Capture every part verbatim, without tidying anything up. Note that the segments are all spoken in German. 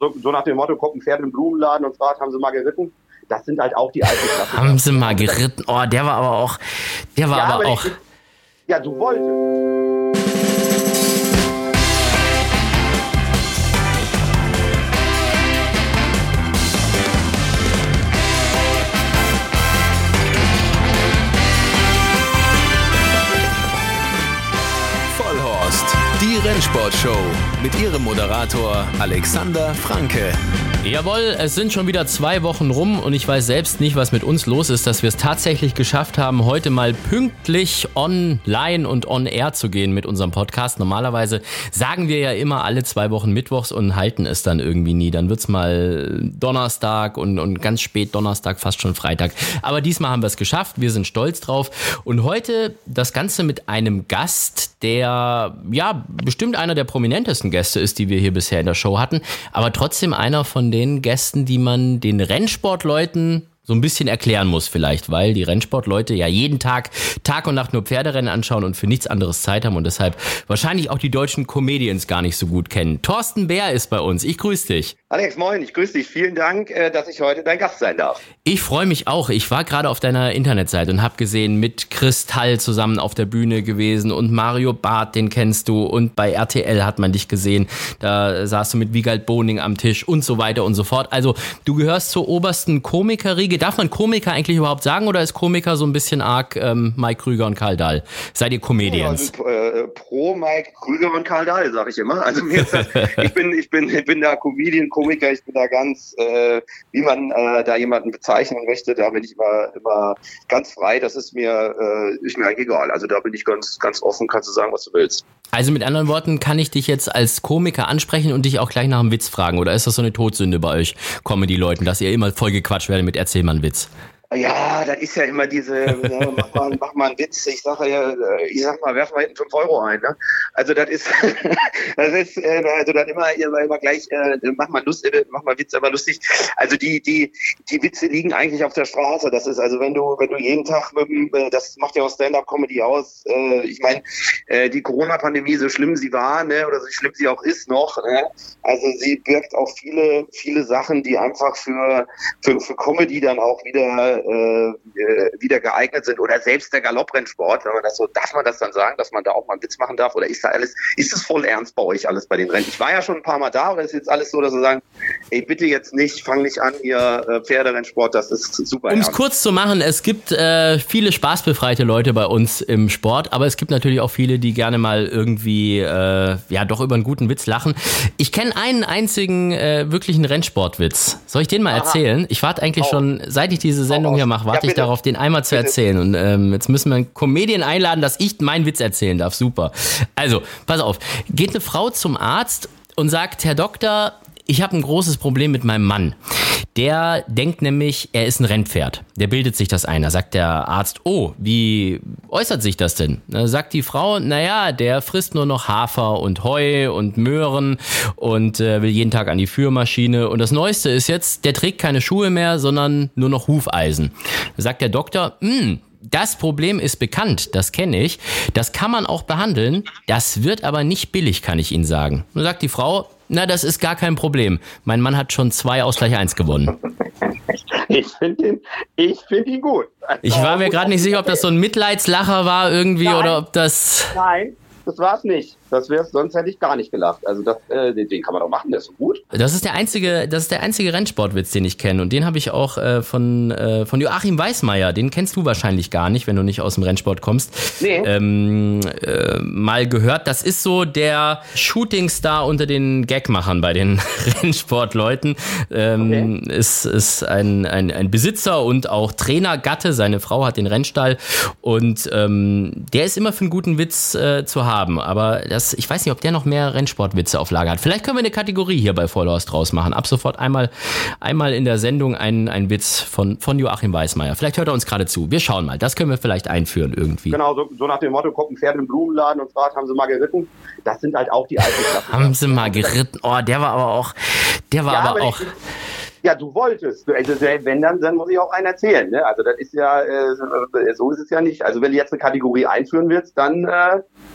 so, so nach dem Motto, kommt ein Pferd im Blumenladen und fragt, haben Sie mal geritten? Das sind halt auch die alten Klassiker. Haben Sie mal geritten? Oh, der war aber auch, der war ja, aber, aber auch... Ich, ja, du wolltest. Die Rennsportshow mit ihrem Moderator Alexander Franke. Jawohl, es sind schon wieder zwei Wochen rum und ich weiß selbst nicht, was mit uns los ist, dass wir es tatsächlich geschafft haben, heute mal pünktlich online und on air zu gehen mit unserem Podcast. Normalerweise sagen wir ja immer alle zwei Wochen mittwochs und halten es dann irgendwie nie. Dann wird's mal Donnerstag und, und ganz spät Donnerstag, fast schon Freitag. Aber diesmal haben wir es geschafft, wir sind stolz drauf. Und heute das Ganze mit einem Gast, der ja bestimmt einer der prominentesten Gäste ist, die wir hier bisher in der Show hatten, aber trotzdem einer von den Gästen, die man den Rennsportleuten so ein bisschen erklären muss vielleicht, weil die Rennsportleute ja jeden Tag, Tag und Nacht nur Pferderennen anschauen und für nichts anderes Zeit haben und deshalb wahrscheinlich auch die deutschen Comedians gar nicht so gut kennen. Thorsten Bär ist bei uns. Ich grüße dich. Alex, moin, ich grüße dich. Vielen Dank, dass ich heute dein Gast sein darf. Ich freue mich auch. Ich war gerade auf deiner Internetseite und habe gesehen, mit Kristall zusammen auf der Bühne gewesen und Mario Barth, den kennst du, und bei R T L hat man dich gesehen. Da saßt du mit Wiegald Boning am Tisch und so weiter und so fort. Also du gehörst zur obersten Komikerriege. Darf man Komiker eigentlich überhaupt sagen oder ist Komiker so ein bisschen arg ähm, Mike Krüger und Karl Dahl? Seid ihr Comedians? Ja, also, äh, pro Mike Krüger und Karl Dahl, sag ich immer. Also mir ist das, ich bin, ich bin, ich bin da Comedian, Komiker, ich bin da ganz, äh, wie man äh, da jemanden bezeichnen möchte, da bin ich immer, immer ganz frei. Das ist mir, äh, ist mir eigentlich egal. Also da bin ich ganz, ganz offen, kannst du sagen, was du willst. Also mit anderen Worten, kann ich dich jetzt als Komiker ansprechen und dich auch gleich nach einem Witz fragen? Oder ist das so eine Todsünde bei euch, Comedy-Leuten, dass ihr immer voll gequatscht werdet mit Erzähl mal einen Witz? Ja, das ist ja immer diese, ja, mach, mal, mach mal einen Witz, ich sage ja, ich sag mal, werf mal hinten fünf Euro ein, ne? Also das ist, das ist, äh, also dann immer, immer, immer gleich, äh, mach mal Lust, äh, mach mal Witz, aber lustig. Also die, die, die Witze liegen eigentlich auf der Straße. Das ist also, wenn du, wenn du jeden Tag mit dem, äh, das macht ja auch Stand-up-Comedy aus. Äh, ich meine, äh, die Corona-Pandemie, so schlimm sie war, ne, oder so schlimm sie auch ist noch, ne? Also sie birgt auch viele, viele Sachen, die einfach für, für, für Comedy dann auch wieder Äh, wieder geeignet sind, oder selbst der Galopprennsport, wenn man das so, darf man das dann sagen, dass man da auch mal einen Witz machen darf, oder ist da alles, ist es voll ernst bei euch alles bei den Rennen? Ich war ja schon ein paar Mal da, oder ist jetzt alles so, dass sie sagen, ey, bitte jetzt nicht, fang nicht an, ihr äh, Pferderennsport, das ist super ernst. Um es kurz zu machen, es gibt äh, viele spaßbefreite Leute bei uns im Sport, aber es gibt natürlich auch viele, die gerne mal irgendwie, äh, ja, doch über einen guten Witz lachen. Ich kenne einen einzigen äh, wirklichen Rennsportwitz. Soll ich den mal Aha. erzählen? Ich warte eigentlich oh. schon, seit ich diese Sendung hier mache, warte ja, ich darauf, den einmal zu bitte. erzählen. Und ähm, jetzt müssen wir einen Comedian einladen, dass ich meinen Witz erzählen darf. Super. Also, pass auf. Geht eine Frau zum Arzt und sagt, Herr Doktor, ich habe ein großes Problem mit meinem Mann. Der denkt nämlich, er ist ein Rennpferd. Der bildet sich das ein. Da sagt der Arzt, oh, wie äußert sich das denn? Da sagt die Frau, naja, der frisst nur noch Hafer und Heu und Möhren und äh, will jeden Tag an die Führmaschine. Und das Neueste ist jetzt, der trägt keine Schuhe mehr, sondern nur noch Hufeisen. Da sagt der Doktor, hm, das Problem ist bekannt, das kenne ich. Das kann man auch behandeln. Das wird aber nicht billig, kann ich Ihnen sagen. Dann sagt die Frau, na, das ist gar kein Problem. Mein Mann hat schon zwei aus gleich eins gewonnen. Ich finde ihn, ich find ihn gut. Ich war mir gerade nicht sicher, ob das so ein Mitleidslacher war irgendwie Nein. oder ob das... Nein, das war es nicht. Das wäre, sonst hätte ich gar nicht gelacht. Also das, äh, den, den kann man doch machen, der ist so gut. Das ist der einzige, das ist der einzige Rennsportwitz, den ich kenne. Und den habe ich auch äh, von äh, von Joachim Weismeier. Den kennst du wahrscheinlich gar nicht, wenn du nicht aus dem Rennsport kommst. Nee. Ähm, äh, mal gehört. Das ist so der Shootingstar unter den Gagmachern bei den Rennsportleuten. Ähm, okay. Ist ist ein, ein ein Besitzer und auch Trainergatte. Seine Frau hat den Rennstall und ähm, der ist immer für einen guten Witz äh, zu haben. Aber das ich weiß nicht, ob der noch mehr Rennsportwitze auf Lager hat. Vielleicht können wir eine Kategorie hier bei Vollhorst draus machen. Ab sofort einmal, einmal in der Sendung ein, ein Witz von, von Joachim Weismeier. Vielleicht hört er uns gerade zu. Wir schauen mal. Das können wir vielleicht einführen irgendwie. Genau, so, so nach dem Motto, kommt ein Pferd im Blumenladen und fragt, haben Sie mal geritten? Das sind halt auch die alten Klassiker. Haben Sie mal geritten? Oh, der war aber auch, der war ja, aber auch... Ja, du wolltest. Also wenn, dann, dann muss ich auch einen erzählen. Ne? Also das ist ja, äh, so ist es ja nicht. Also wenn du jetzt eine Kategorie einführen willst, dann... Äh,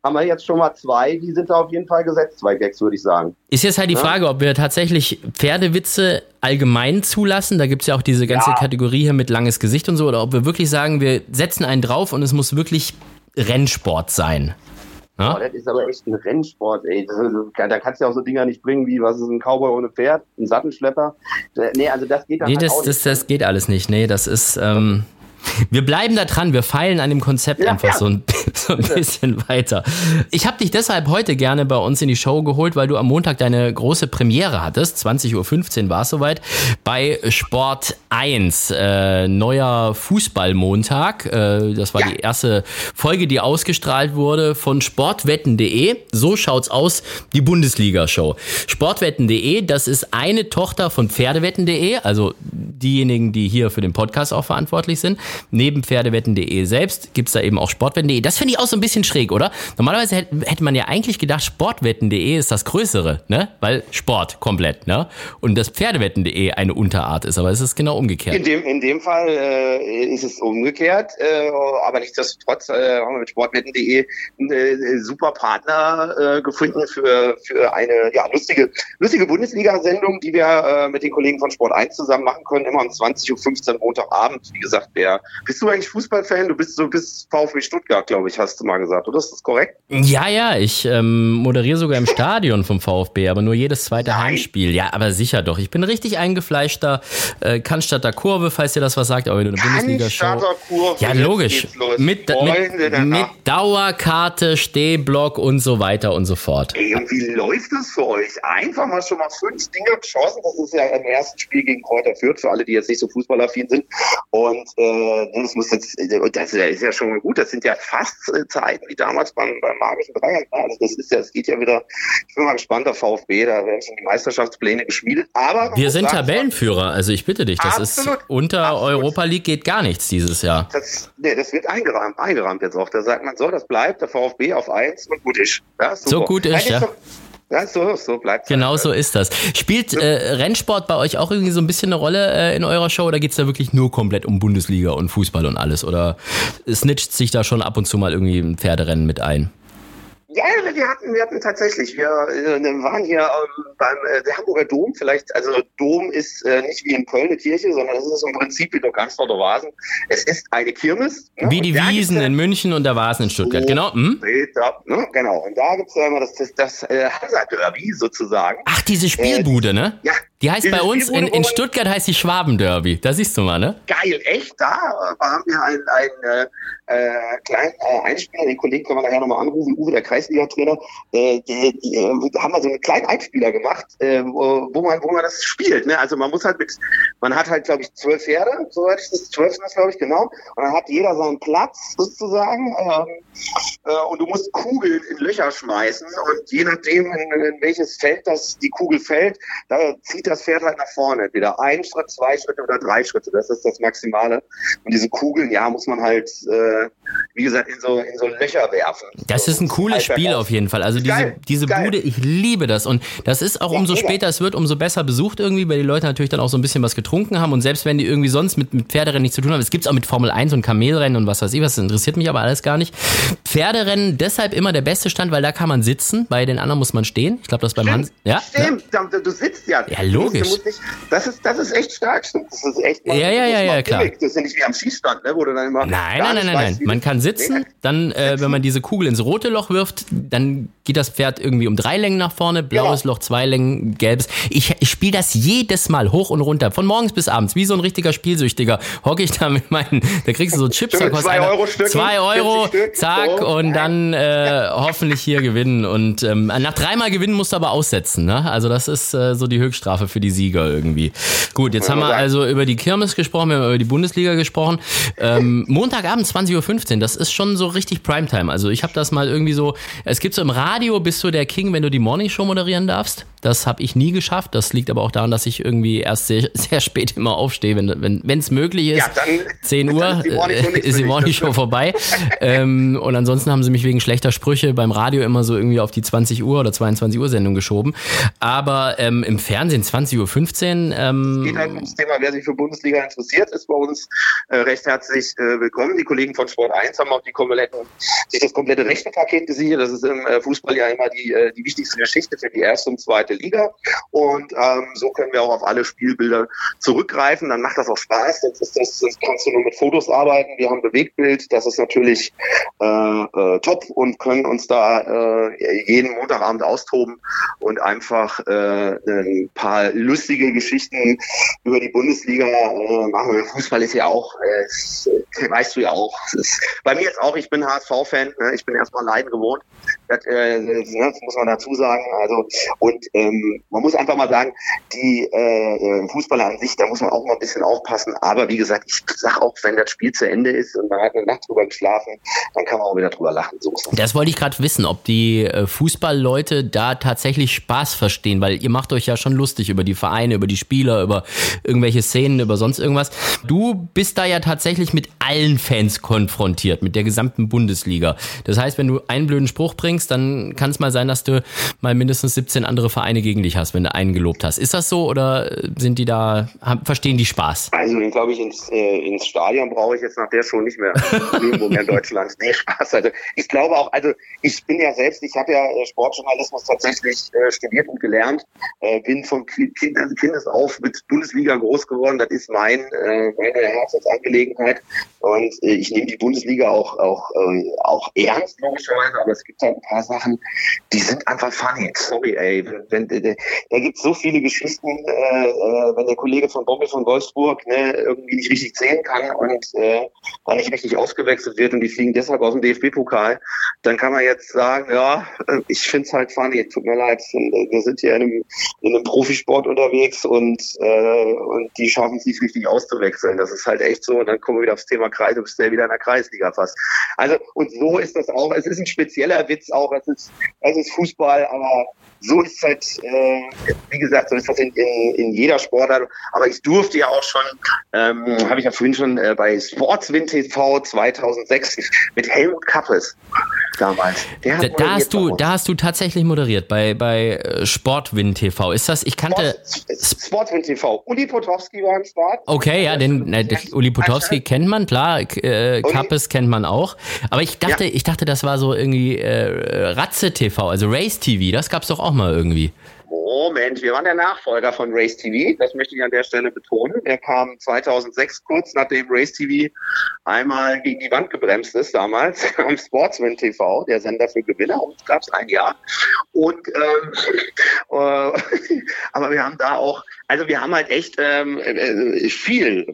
haben wir jetzt schon mal zwei, die sind da auf jeden Fall gesetzt, zwei Gags, würde ich sagen. Ist jetzt halt die ja? Frage, ob wir tatsächlich Pferdewitze allgemein zulassen, da gibt es ja auch diese ganze ja. Kategorie hier mit langes Gesicht und so, oder ob wir wirklich sagen, wir setzen einen drauf und es muss wirklich Rennsport sein. Ja? Oh, das ist aber echt ein Rennsport, ey. Das ist, da kannst du ja auch so Dinger nicht bringen, wie, was ist ein Cowboy ohne Pferd, ein Sattelschlepper. Nee, also das geht dann nee, halt das, auch das, nicht. das geht alles nicht. Nee, das ist... Ähm Wir bleiben da dran, wir feilen an dem Konzept ja, einfach ja. So, ein, so ein bisschen weiter. Ich habe dich deshalb heute gerne bei uns in die Show geholt, weil du am Montag deine große Premiere hattest. zwanzig Uhr fünfzehn war es soweit. Bei Sport eins. Äh, neuer Fußballmontag. Äh, das war ja. die erste Folge, die ausgestrahlt wurde von sportwetten punkt de. So schaut's aus, die Bundesliga-Show. sportwetten punkt de, das ist eine Tochter von pferdewetten punkt de, also diejenigen, die hier für den Podcast auch verantwortlich sind. Neben pferdewetten punkt de selbst gibt's da eben auch sportwetten punkt de. Das finde ich auch so ein bisschen schräg, oder? Normalerweise hätte man ja eigentlich gedacht, sportwetten punkt de ist das Größere, ne? Weil Sport komplett, ne? Und das pferdewetten punkt de eine Unterart ist, aber es ist genau umgekehrt. In dem, in dem Fall äh, ist es umgekehrt, äh, aber nichtsdestotrotz äh, haben wir mit sportwetten punkt de einen äh, super Partner äh, gefunden für, für eine ja, lustige, lustige Bundesliga-Sendung, die wir äh, mit den Kollegen von Sport eins zusammen machen können, immer um zwanzig Uhr fünfzehn Montagabend. Wie gesagt, der bist du eigentlich Fußballfan? Du bist so bis VfB Stuttgart, glaube ich, hast du mal gesagt, oder? Ist das korrekt? Ja, ja, ich ähm, moderiere sogar im Stadion vom VfB, aber nur jedes zweite Nein. Heimspiel. Ja, aber sicher doch. Ich bin richtig eingefleischter äh, Cannstatter Kurve, falls dir das was sagt, aber wenn du eine Bundesliga-Show... Cannstatter Kurve, ja, logisch. Mit, mit, mit Dauerkarte, Stehblock und so weiter und so fort. Ey, und wie läuft das für euch? Einfach mal schon mal fünf Dinge geschossen. Das ist ja im ersten Spiel gegen Kräuter Fürth, für alle, die jetzt nicht so fußballaffin sind. Und äh, das muss jetzt, das ist ja schon mal gut. Das sind ja fast Zeiten wie damals beim, beim magischen Dreieck. Also das ist ja, es geht ja wieder. Ich bin mal gespannt, der VfB, da werden schon die Meisterschaftspläne geschmiedet. Aber wir sind sagen, Tabellenführer. Also ich bitte dich, das absolut, ist unter absolut. Europa League geht gar nichts dieses Jahr. Das, nee, das wird eingerahmt, eingerahmt jetzt auch. Da sagt man so, das bleibt der VfB auf eins und gut ist. Ja, so gut ist, ja. Ja, so, so bleibt es. Genau halt, so ist das. Spielt äh, Rennsport bei euch auch irgendwie so ein bisschen eine Rolle äh, in eurer Show oder geht's da wirklich nur komplett um Bundesliga und Fußball und alles? Oder snitcht sich da schon ab und zu mal irgendwie ein Pferderennen mit ein? Ja, wir hatten, wir hatten tatsächlich, wir äh, waren hier ähm, beim äh, der Hamburger Dom, vielleicht, also Dom ist äh, nicht wie in Köln eine Kirche, sondern es ist im Prinzip wie der Cannstatter Vasen. Es ist eine Kirmes. Ne? Wie die Wiesen in München und der Vasen in Stuttgart, so, genau. Hm? Ja, ne? Genau, und da gibt's ja immer das, das, das äh, Hansa-Derby sozusagen. Ach, diese Spielbude, äh, ne? Ja. Die heißt bei uns, in, in Stuttgart heißt die Schwabenderby. Da siehst du mal, ne? Geil, echt? Da haben wir einen, einen äh, kleinen äh, Einspieler, den Kollegen können wir nachher nochmal anrufen, Uwe, der Kreisliga-Trainer, äh, die, die, äh, haben wir so einen kleinen Einspieler gemacht, äh, wo, wo man wo man das spielt, ne? Also man muss halt mit, man hat halt, glaube ich, zwölf Pferde, soweit ich das, zwölf sind das, glaube ich, genau, und dann hat jeder seinen Platz, sozusagen, ähm, äh, und du musst Kugeln in Löcher schmeißen und je nachdem, in, in welches Feld das die Kugel fällt, da zieht das Pferd halt nach vorne. Entweder ein Schritt, zwei Schritte oder drei Schritte. Das ist das Maximale. Und diese Kugeln, ja, muss man halt, äh, wie gesagt, in so, in so Löcher werfen. Das ist ein cooles Spiel auf jeden Fall. Also diese, geil, diese geil. Bude, ich liebe das. Und das ist auch ja, umso mega. später es wird, umso besser besucht irgendwie, weil die Leute natürlich dann auch so ein bisschen was getrunken haben. Und selbst wenn die irgendwie sonst mit, mit Pferderennen nichts zu tun haben, es gibt es auch mit Formel eins und Kamelrennen und was weiß ich, was das interessiert mich aber alles gar nicht. Pferderennen deshalb immer der beste Stand, weil da kann man sitzen, bei den anderen muss man stehen. Ich glaube, das beim Hans. Ja, stimmt, ja? Du sitzt ja. Ja, logisch. Du musst, du musst nicht, das, ist, das ist echt stark. Das ist echt mal, ja, ja, ja, ja, klar. Das ist ja nicht wie am Schießstand, ne, wo du dann immer. Nein, nein, nein, nein, nein. Man kann sitzen, dann, äh, wenn man diese Kugel ins rote Loch wirft, dann geht das Pferd irgendwie um drei Längen nach vorne, blaues ja. Loch, zwei Längen, gelbes. Ich, ich spiele das jedes Mal hoch und runter, von morgens bis abends, wie so ein richtiger Spielsüchtiger. Hocke ich da mit meinen, da kriegst du so Chips, da kostet zwei Euro Stück, zwei Euro, zack, so. Und dann äh, hoffentlich hier gewinnen. Und ähm, nach dreimal gewinnen musst du aber aussetzen, ne? Also das ist äh, so die Höchststrafe für die Sieger irgendwie. Gut, jetzt haben wir also über die Kirmes gesprochen, wir haben über die Bundesliga gesprochen. Ähm, Montagabend zwanzig Uhr fünfzehn, das ist schon so richtig Primetime. Also ich habe das mal irgendwie so, es gibt so im Radio, bist du der King, wenn du die Morningshow moderieren darfst? Das habe ich nie geschafft. Das liegt aber auch daran, dass ich irgendwie erst sehr, sehr spät immer aufstehe, wenn wenn wenn es möglich ist. Ja, dann, zehn Uhr ist die Morning-Show vorbei. ähm, und ansonsten haben sie mich wegen schlechter Sprüche beim Radio immer so irgendwie auf die zwanzig Uhr oder zweiundzwanzig Uhr Sendung geschoben. Aber ähm, im Fernsehen zwanzig Uhr fünfzehn. Ähm, es geht halt ums Thema, wer sich für Bundesliga interessiert, ist bei uns äh, recht herzlich äh, willkommen. Die Kollegen von Sport eins haben auch die kompletten, sich das komplette Rechtepaket gesichert. Das ist im äh, Fußball ja immer die, äh, die wichtigste Geschichte für die erste und zweite Liga. Und ähm, so können wir auch auf alle Spielbilder zurückgreifen. Dann macht das auch Spaß. Das, ist das, das kannst du nur mit Fotos arbeiten. Wir haben Bewegtbild. Das ist natürlich äh, äh, top und können uns da äh, jeden Montagabend austoben und einfach äh, ein paar lustige Geschichten über die Bundesliga äh, machen. Fußball ist ja auch, äh, ist, weißt du ja auch. Ist, bei mir jetzt auch, ich bin H S V-Fan. Ne? Ich bin erstmal Leiden gewohnt. Das, äh, das muss man dazu sagen. Also und ähm, man muss einfach mal sagen, die äh, Fußballer an sich, da muss man auch mal ein bisschen aufpassen. Aber wie gesagt, ich sag auch, wenn das Spiel zu Ende ist und man hat eine Nacht drüber geschlafen, dann kann man auch wieder drüber lachen. So ist das. Das wollte ich gerade wissen, ob die äh, Fußballleute da tatsächlich Spaß verstehen, weil ihr macht euch ja schon lustig über die Vereine, über die Spieler, über irgendwelche Szenen, über sonst irgendwas. Du bist da ja tatsächlich mit allen Fans konfrontiert, mit der gesamten Bundesliga. Das heißt, wenn du einen blöden Spruch bringst, dann kann es mal sein, dass du mal mindestens siebzehn andere Vereine gegen dich hast, wenn du einen gelobt hast. Ist das so oder sind die da, haben, verstehen die Spaß? Also, glaube ich, ins, äh, ins Stadion brauche ich jetzt nach der Show nicht mehr irgendwo mehr in Deutschland. Nee, Spaß. Also, ich glaube auch, also, ich bin ja selbst, ich habe ja Sportjournalismus tatsächlich äh, studiert und gelernt, äh, bin von kind, Kindes auf mit Bundesliga groß geworden. Das ist mein, äh, meine Herzensangelegenheit. Und äh, ich nehme die Bundesliga auch, auch, äh, auch ernst, logischerweise, aber es gibt halt ein paar Sachen, die sind einfach funny. Sorry, ey. Wenn, wenn, da gibt es so viele Geschichten, äh, äh, wenn der Kollege von Bombe von Wolfsburg ne, irgendwie nicht richtig zählen kann und äh, da nicht richtig ausgewechselt wird und die fliegen deshalb aus dem D F B-Pokal, dann kann man jetzt sagen, ja, ich finde es halt funny, tut mir leid, wir sind hier in einem, in einem Profisport unterwegs und, äh, und die schaffen es nicht richtig auszuwechseln. Das ist halt echt so und dann kommen wir wieder aufs Thema Kreis, du bist ja wieder in der Kreisliga fast. Also und so ist das auch, es ist ein spezieller Witz auch, es ist, es ist Fußball, aber so ist es halt, äh, wie gesagt, so ist das in, in, in jeder Sportart. Aber ich durfte ja auch schon, ähm, habe ich ja vorhin schon äh, bei Sportswind T V zweitausendsechs mit Helmut Kappes damals. Der hat da, da hast du, da hast du tatsächlich moderiert bei bei Sportwind T V. Ist das? Ich kannte Sport, Sportwind T V. Uli Potowski war im Start. Okay, ja, den ne, Uli Potowski kennt man, klar. Äh, Kappes kennt man auch. Aber ich dachte, ja. ich dachte, das war so irgendwie äh, Ratze T V, also Race T V. Das gab's doch auch mal irgendwie. Moment, wir waren der Nachfolger von Race T V, das möchte ich an der Stelle betonen. Der kam zweitausendsechs, kurz nachdem Race T V einmal gegen die Wand gebremst ist damals, am Sportswind T V, der Sender für Gewinner, und es gab es ein Jahr. Und ähm, äh, aber wir haben da auch, also wir haben halt echt ähm, äh, viel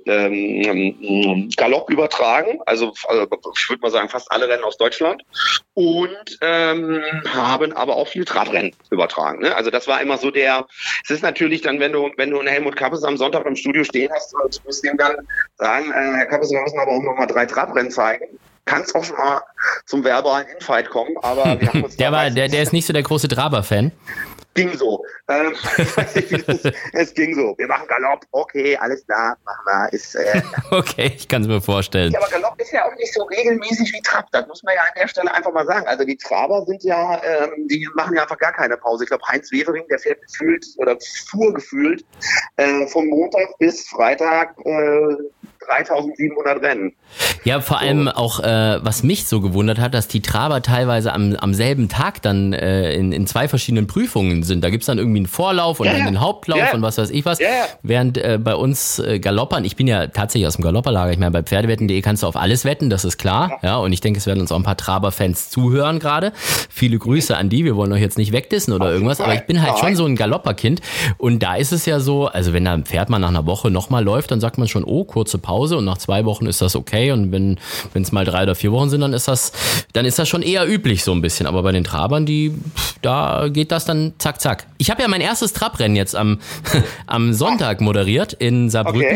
ähm, Galopp übertragen, also, also ich würde mal sagen fast alle Rennen aus Deutschland und ähm, haben aber auch viel Trabrennen übertragen. Ne? Also das war immer so der, es ist natürlich dann, wenn du wenn du einen Helmut Kappes am Sonntag im Studio stehen hast und musst ihm dann sagen, äh, Herr Kappes, wir müssen aber auch noch mal drei Trabrennen zeigen. Kann es auch schon mal zum verbalen Infight kommen, aber wir haben uns der war, der, der ist nicht so der große Traber-Fan. Ging so. Ähm, ich weiß nicht, wie das, es ging so. Wir machen Galopp. Okay, alles klar, machen wir. Ist, äh, okay, ich kann es mir vorstellen. Ja, aber Galopp ist ja auch nicht so regelmäßig wie Trab. Das muss man ja an der Stelle einfach mal sagen. Also die Traber sind ja, ähm, die machen ja einfach gar keine Pause. Ich glaube, Heinz Wevering, der fährt gefühlt oder fuhr gefühlt äh, von Montag bis Freitag äh, dreitausendsiebenhundert Rennen. Ja, vor allem auch, äh, was mich so gewundert hat, dass die Traber teilweise am, am selben Tag dann äh, in, in zwei verschiedenen Prüfungen sind. Da gibt's dann irgendwie einen Vorlauf und ja, dann den Hauptlauf ja. und was weiß ich was. Ja, ja. Während äh, bei uns äh, Galoppern, ich bin ja tatsächlich aus dem Galopperlager, ich meine, bei Pferdewetten punkt de kannst du auf alles wetten, das ist klar. Ja, ja und ich denke, es werden uns auch ein paar Traber-Fans zuhören gerade. Viele Grüße an die, wir wollen euch jetzt nicht wegdissen oder irgendwas, aber ich bin halt schon so ein Galopperkind und da ist es ja so, also wenn da ein Pferd mal nach einer Woche nochmal läuft, dann sagt man schon, oh, kurze Pause und nach zwei Wochen ist das okay und wenn wenn es mal drei oder vier Wochen sind, dann ist das dann ist das schon eher üblich so ein bisschen, aber bei den Trabern, die da geht das dann zack zack. Ich habe ja mein erstes Trabrennen jetzt am am Sonntag moderiert in Saarbrücken. Okay.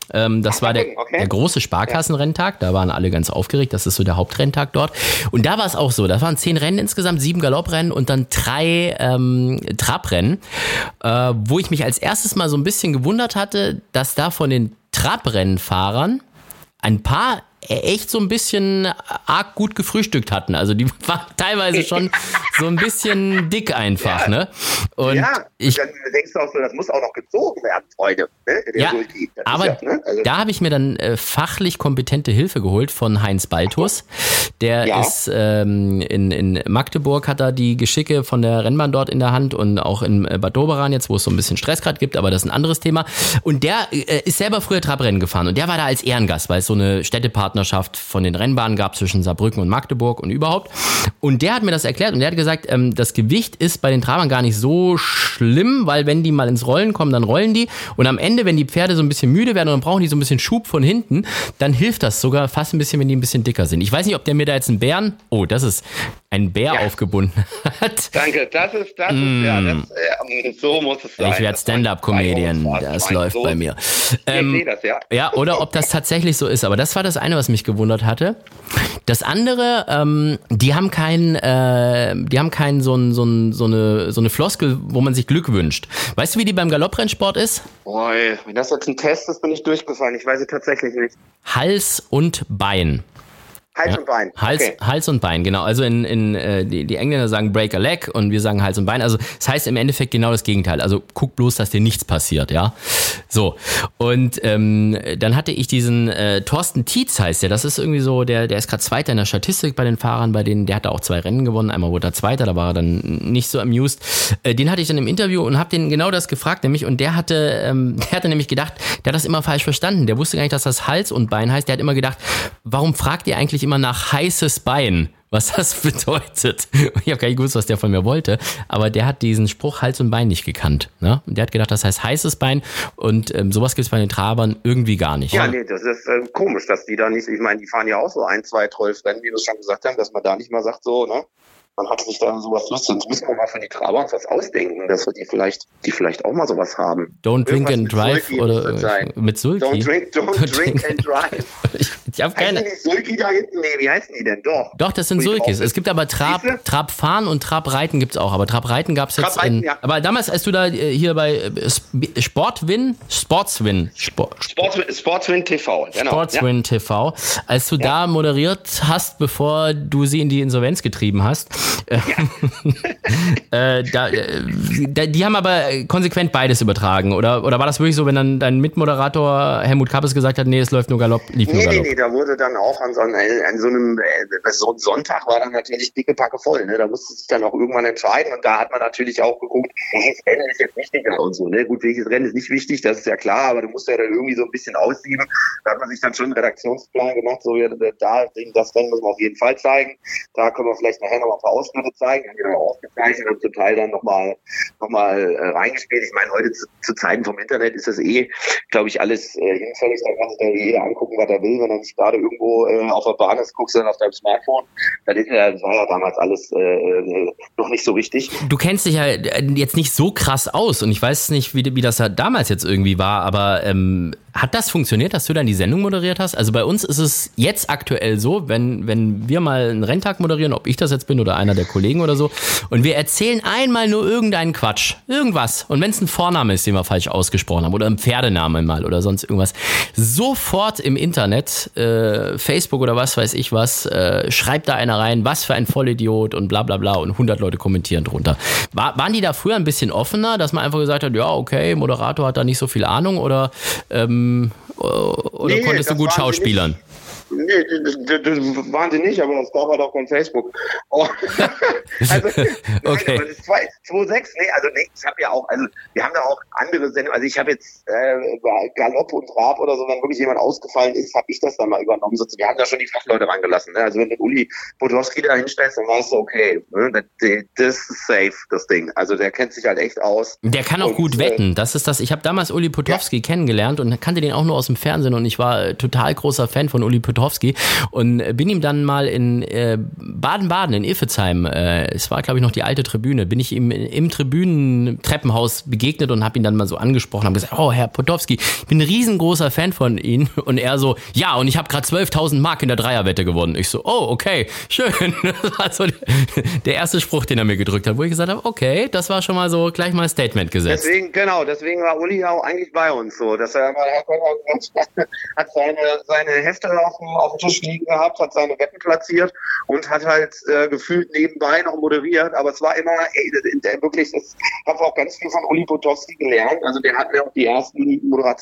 Ähm, das Ach, war der, okay. der große Sparkassenrenntag. Da waren alle ganz aufgeregt. Das ist so der Hauptrenntag dort. Und da war es auch so. Da waren zehn Rennen insgesamt, sieben Galopprennen und dann drei ähm, Trabrennen, äh, wo ich mich als erstes mal so ein bisschen gewundert hatte, dass da von den Trabrennenfahrern ein paar echt so ein bisschen arg gut gefrühstückt hatten. Also die waren teilweise schon so ein bisschen dick einfach, ja. ne? Und ja, ich, dann denkst du auch so, das muss auch noch gezogen werden, Freunde. Ne? Ja, aber ja, ne? also, da habe ich mir dann äh, fachlich kompetente Hilfe geholt von Heinz Baltus. Der ja. ist ähm, in, in Magdeburg, hat er die Geschicke von der Rennbahn dort in der Hand und auch in äh, Bad Doberan jetzt, wo es so ein bisschen Stress gerade gibt, aber das ist ein anderes Thema. Und der äh, ist selber früher Trabrennen gefahren und der war da als Ehrengast, weil es so eine Städtepartnerschaft von den Rennbahnen gab zwischen Saarbrücken und Magdeburg und überhaupt. Und der hat mir das erklärt und der hat gesagt, ähm, das Gewicht ist bei den Trabern gar nicht so schlimm, weil wenn die mal ins Rollen kommen, dann rollen die und am Ende, wenn die Pferde so ein bisschen müde werden und dann brauchen die so ein bisschen Schub von hinten, dann hilft das sogar fast ein bisschen, wenn die ein bisschen dicker sind. Ich weiß nicht, ob der mir da jetzt einen Bären, oh, das ist ein Bär ja. aufgebunden hat. Danke, das ist, das mm. ist, ja, das, äh, so muss es sein. Ich werde Stand-Up-Comedian, das läuft so bei mir. Ähm, ich sehe das, ja. Ja, oder ob das tatsächlich so ist, aber das war das eine, was mich gewundert hatte. Das andere, ähm, die haben keinen, äh, die haben keinen so, ein, so, ein, so, eine, so eine Floskel, wo man sich Glück wünscht. Weißt du, wie die beim Galopprennsport ist? Boah, wenn das jetzt ein Test ist, bin ich durchgefallen. Ich weiß es tatsächlich nicht. Hals und Bein. Hals ja. und Bein. Hals, okay. Hals und Bein, genau. Also in, in äh, die, die Engländer sagen break a leg und wir sagen Hals und Bein. Also das heißt im Endeffekt genau das Gegenteil. Also guck bloß, dass dir nichts passiert, ja. So. Und ähm, dann hatte ich diesen äh, Thorsten Tietz heißt der. Das ist irgendwie so, der, der ist gerade Zweiter in der Statistik bei den Fahrern, bei denen, der hatte auch zwei Rennen gewonnen. Einmal wurde er Zweiter, da war er dann nicht so amused. Äh, den hatte ich dann im Interview und habe den genau das gefragt, nämlich, und der hatte, ähm, der hatte nämlich gedacht, der hat das immer falsch verstanden. Der wusste gar nicht, dass das Hals und Bein heißt. Der hat immer gedacht, warum fragt ihr eigentlich immer nach heißes Bein, was das bedeutet? Ich habe gar nicht gewusst, was der von mir wollte, aber der hat diesen Spruch Hals und Bein nicht gekannt. Ne? Und der hat gedacht, das heißt heißes Bein und ähm, sowas gibt es bei den Trabern irgendwie gar nicht. Ja, nee, das ist äh, komisch, dass die da nicht, ich meine, die fahren ja auch so ein, zwei Trollsrennen, wie wir es schon gesagt haben, dass man da nicht mal sagt so, ne? Man hat sich da sowas Lust, sonst müssen wir mal für die Traber uns was ausdenken, dass wir die vielleicht, die vielleicht auch mal sowas haben. Don't drink and drive oder mit Sulki. Don't drink, don't drink and drive. ich ich habe keine. Heißen die Sulki da hinten? Nee, wie heißen die denn? Doch. Doch, das sind Sulkis. Es gibt aber Trab, Trabfahren und Trabreiten gibt's auch, aber Trabreiten gab's jetzt Trabreiten, in. Ja. Aber damals, als du da hier bei Sportwin, Sportswin, Sport, Sportswin, Sportswin T V, genau. Sportswin ja. T V, als du ja. da moderiert hast, bevor du sie in die Insolvenz getrieben hast. Ja. äh, da, da, die haben aber konsequent beides übertragen, oder, oder war das wirklich so, wenn dann dein Mitmoderator Helmut Kappes gesagt hat, nee, es läuft nur Galopp, lief nee, nur Galopp? Nee, nee, da wurde dann auch an so, an, an so einem äh, so ein Sonntag war dann natürlich dicke Packe voll, ne? Da musste sich dann auch irgendwann entscheiden und da hat man natürlich auch geguckt, welches Rennen ist jetzt wichtiger und so, ne? Gut, welches Rennen ist nicht wichtig, das ist ja klar, aber du musst ja dann irgendwie so ein bisschen aussieben. Da hat man sich dann schon einen Redaktionsplan gemacht, so, ja, da, das Rennen müssen wir auf jeden Fall zeigen, da können wir vielleicht nachher noch mal ein paar Ausgaben zeigen, haben die dann auch aufgezeichnet und zum Teil dann nochmal noch mal, äh, reingespielt. Ich meine, heute zu, zu Zeiten vom Internet ist das eh, glaube ich, alles äh, hinfällig. Da kann sich da jeder angucken, was er will. Wenn er nicht gerade irgendwo äh, auf der Bahn ist, guckst du dann auf deinem Smartphone. Das, ist, äh, das war ja damals alles äh, noch nicht so wichtig. Du kennst dich ja jetzt nicht so krass aus und ich weiß nicht, wie, wie das ja damals jetzt irgendwie war, aber ähm, hat das funktioniert, dass du dann die Sendung moderiert hast? Also bei uns ist es jetzt aktuell so, wenn, wenn wir mal einen Renntag moderieren, ob ich das jetzt bin oder einer der Kollegen oder so, und wir erzählen einmal nur irgendeinen Quatsch, irgendwas, und wenn es ein Vorname ist, den wir falsch ausgesprochen haben, oder ein Pferdename mal oder sonst irgendwas, sofort im Internet, äh, Facebook oder was weiß ich was, äh, schreibt da einer rein, was für ein Vollidiot und bla bla bla, und hundert Leute kommentieren drunter. War, waren die da früher ein bisschen offener, dass man einfach gesagt hat, ja okay, Moderator hat da nicht so viel Ahnung, oder ähm, oder nee, konntest du gut schauspielern? Nee, das, das waren sie nicht, aber es gab halt auch kein Facebook. Oh. also, okay. Nein, das zwei Komma sechs, nee, also nee, ich habe ja auch, also wir haben da auch andere Sendungen, also ich habe jetzt äh, Galopp und Trab oder so, wenn wirklich jemand ausgefallen ist, habe ich das dann mal übernommen. Wir haben da schon die Fachleute rangelassen. Ne? Also wenn du Uli Podolski da hinstellst, dann weißt du, okay, ne? das, das ist safe, das Ding. Also der kennt sich halt echt aus. Der kann auch und, gut wetten, das ist das. Ich habe damals Uli Podolski ja. kennengelernt und kannte den auch nur aus dem Fernsehen und ich war äh, total großer Fan von Uli Podolski. Potowski und bin ihm dann mal in äh, Baden-Baden, in Iffezheim, äh, es war, glaube ich, noch die alte Tribüne, bin ich ihm im Tribünentreppenhaus begegnet und habe ihn dann mal so angesprochen, habe gesagt, oh, Herr Potowski, ich bin ein riesengroßer Fan von Ihnen. Und er so, ja, und ich habe gerade zwölftausend Mark in der Dreierwette gewonnen. Ich so, oh, okay, schön. Das war so der erste Spruch, den er mir gedrückt hat, wo ich gesagt habe, okay, das war schon mal so gleich mal ein Statement gesetzt. Deswegen, genau, deswegen war Uli auch eigentlich bei uns so, dass er mal hat seine, seine Hefte auf dem, auf dem Tisch liegen gehabt, hat seine Wetten platziert und hat halt äh, gefühlt nebenbei noch moderiert, aber es war immer, ey, der, wirklich, ich habe auch ganz viel von Uli Potowski gelernt, also der hat mir auch die ersten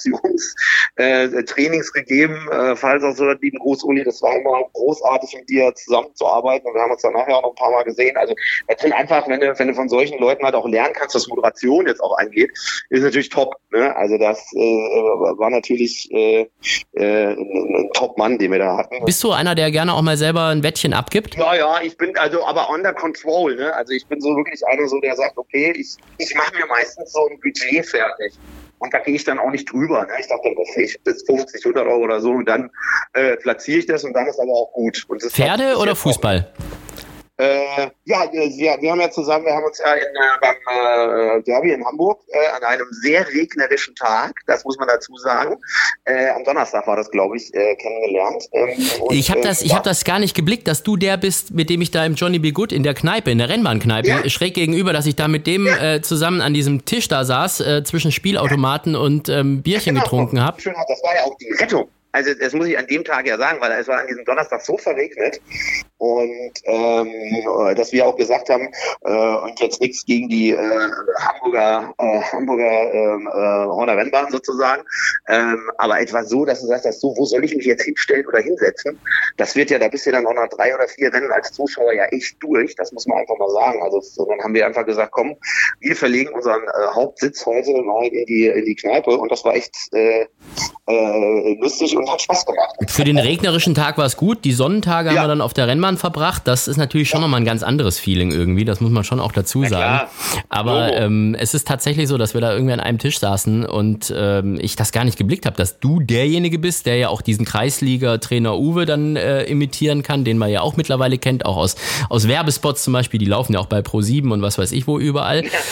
Moderationstrainings äh, gegeben, äh, falls auch so der lieben Gruß Uli, das war immer großartig, mit dir zusammenzuarbeiten und wir haben uns dann nachher auch noch ein paar Mal gesehen, also das sind einfach, wenn du, wenn du von solchen Leuten halt auch lernen kannst, was Moderation jetzt auch angeht, ist natürlich top, ne? Also das äh, war natürlich äh, äh, ein, ein Top-Mann, den wir da hatten. Bist du einer, der gerne auch mal selber ein Wettchen abgibt? Ja, ja, ich bin also aber under control, ne? Also ich bin so wirklich einer so, der sagt, okay, ich, ich mache mir meistens so ein Budget fertig. Und da gehe ich dann auch nicht drüber. Ne? Ich dachte, okay, bis fünfzig, hundert Euro oder so und dann äh, platziere ich das und dann ist aber auch gut. Und das Pferde oder Fußball? Auch, Äh, ja, wir, wir haben ja zusammen, wir haben uns ja in, äh, beim äh, Derby in Hamburg äh, an einem sehr regnerischen Tag, das muss man dazu sagen, äh, am Donnerstag war das, glaube ich, äh, kennengelernt. Ähm, und, ich habe das, äh, ich habe das gar nicht geblickt, dass du der bist, mit dem ich da im Johnny B. Good in der Kneipe, in der Rennbahnkneipe, ja. schräg gegenüber, dass ich da mit dem ja. äh, zusammen an diesem Tisch da saß, äh, zwischen Spielautomaten ja. und ähm, Bierchen ja, genau. getrunken habe. Das war ja auch die Rettung. Also das muss ich an dem Tag ja sagen, weil es war an diesem Donnerstag so verregnet und ähm, dass wir auch gesagt haben, äh, und jetzt nichts gegen die äh, Hamburger äh, Hamburger ähm, äh, Horner Rennbahn sozusagen, ähm, aber etwa so, dass du sagst, dass so, wo soll ich mich jetzt hinstellen oder hinsetzen? Das wird ja, da bist du dann auch nach drei oder vier Rennen als Zuschauer ja echt durch, das muss man einfach mal sagen. Also so, dann haben wir einfach gesagt, komm, wir verlegen unseren äh, Hauptsitz heute mal in die in die Kneipe und das war echt äh, äh, lustig und hat Spaß gemacht. Für den regnerischen Tag war es gut. Die Sonnentage ja. haben wir dann auf der Rennbahn verbracht. Das ist natürlich schon ja. nochmal ein ganz anderes Feeling irgendwie. Das muss man schon auch dazu sagen. Aber ähm, es ist tatsächlich so, dass wir da irgendwie an einem Tisch saßen und ähm, ich das gar nicht geblickt habe, dass du derjenige bist, der ja auch diesen Kreisliga-Trainer Uwe dann äh, imitieren kann, den man ja auch mittlerweile kennt, auch aus, aus Werbespots zum Beispiel. Die laufen ja auch bei Pro sieben und was weiß ich wo überall. Ja.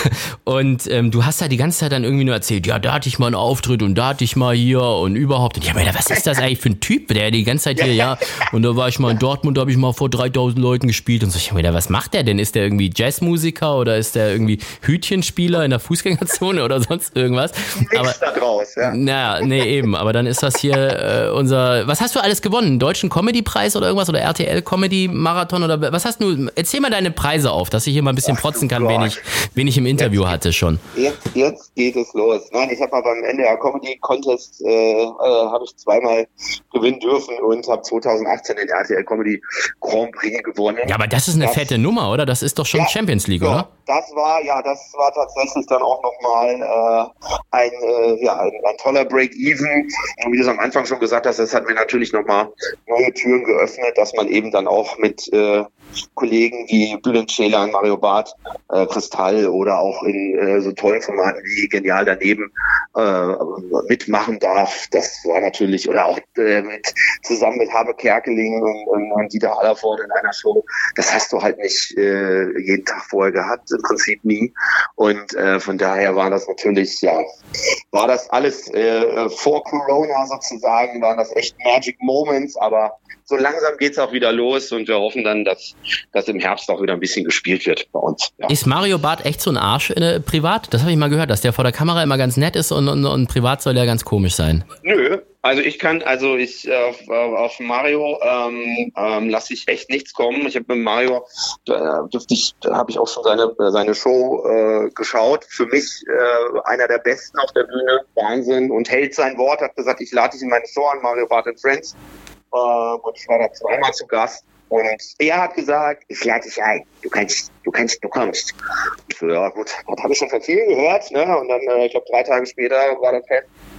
Und ähm, du hast ja die ganze Zeit dann irgendwie nur erzählt, ja, da hatte ich mal einen Auftritt und da hatte ich mal hier und überhaupt. Und ich habe mir gedacht, was ist das eigentlich für ein Typ, der die ganze Zeit hier, ja, und da war ich mal in Dortmund, da habe ich mal vor dreitausend Leuten gespielt und so. Ich habe mir gedacht, was macht der denn? Ist der irgendwie Jazzmusiker oder ist der irgendwie Hütchenspieler in der Fußgängerzone oder sonst irgendwas? Aber da draus, ja. Naja, nee, eben, aber dann ist das hier äh, unser, was hast du alles gewonnen? Deutschen Comedy-Preis oder irgendwas oder R T L Comedy-Marathon oder was hast du, erzähl mal deine Preise auf, dass ich hier mal ein bisschen Ach, protzen kann, wen ich, wen ich im Interview jetzt, hatte schon. Jetzt, jetzt geht es los. Nein, ich habe mal beim N D R Comedy Contest äh, äh, habe ich zweimal gewinnen dürfen und habe zweitausendachtzehn den R T L Comedy Grand Prix gewonnen. Ja, aber das ist eine das, fette Nummer, oder? Das ist doch schon ja, Champions League, ja, oder? Das war, ja, das war tatsächlich dann auch nochmal äh, ein, äh, ja, ein, ein toller Break-Even. Und wie du es am Anfang schon gesagt hast, das hat mir natürlich nochmal neue Türen geöffnet, dass man eben dann auch mit äh, Kollegen wie Bülent Ceylan, Mario Barth, äh, Kristall oder auch in äh, so tollen Formaten wie Genial daneben äh, mitmachen darf. Das war natürlich, oder auch äh, mit, zusammen mit Habe Kerkeling und, und, und Dieter Hallervord in einer Show. Das hast du halt nicht äh, jeden Tag vorher gehabt, im Prinzip nie. Und äh, von daher war das natürlich, ja, war das alles äh, vor Corona sozusagen, waren das echt Magic Moments, aber so langsam geht's auch wieder los und wir hoffen dann, dass, dass im Herbst auch wieder ein bisschen gespielt wird bei uns. Ja. Ist Mario Barth echt so ein Arsch äh, privat? Das habe ich mal gehört, dass der vor der Kamera immer ganz nett ist und, und, und privat soll der ganz komisch sein. Nö. Also ich kann, also ich äh, auf, auf Mario ähm, ähm, lasse ich echt nichts kommen. Ich habe mit Mario, da dürfte ich, da habe ich auch schon seine seine Show äh, geschaut. Für mich äh, einer der Besten auf der Bühne, Wahnsinn, und hält sein Wort. Hat gesagt, ich lade dich in meine Show an, Mario Barth and Friends. Äh, und ich war da zweimal zu Gast. Und er hat gesagt, ich lade dich ein. Du kannst, du kannst, du kommst. Und so, ja gut, das habe ich schon von vielen gehört. Ne? Und dann, äh, ich glaube, drei Tage später war das fest.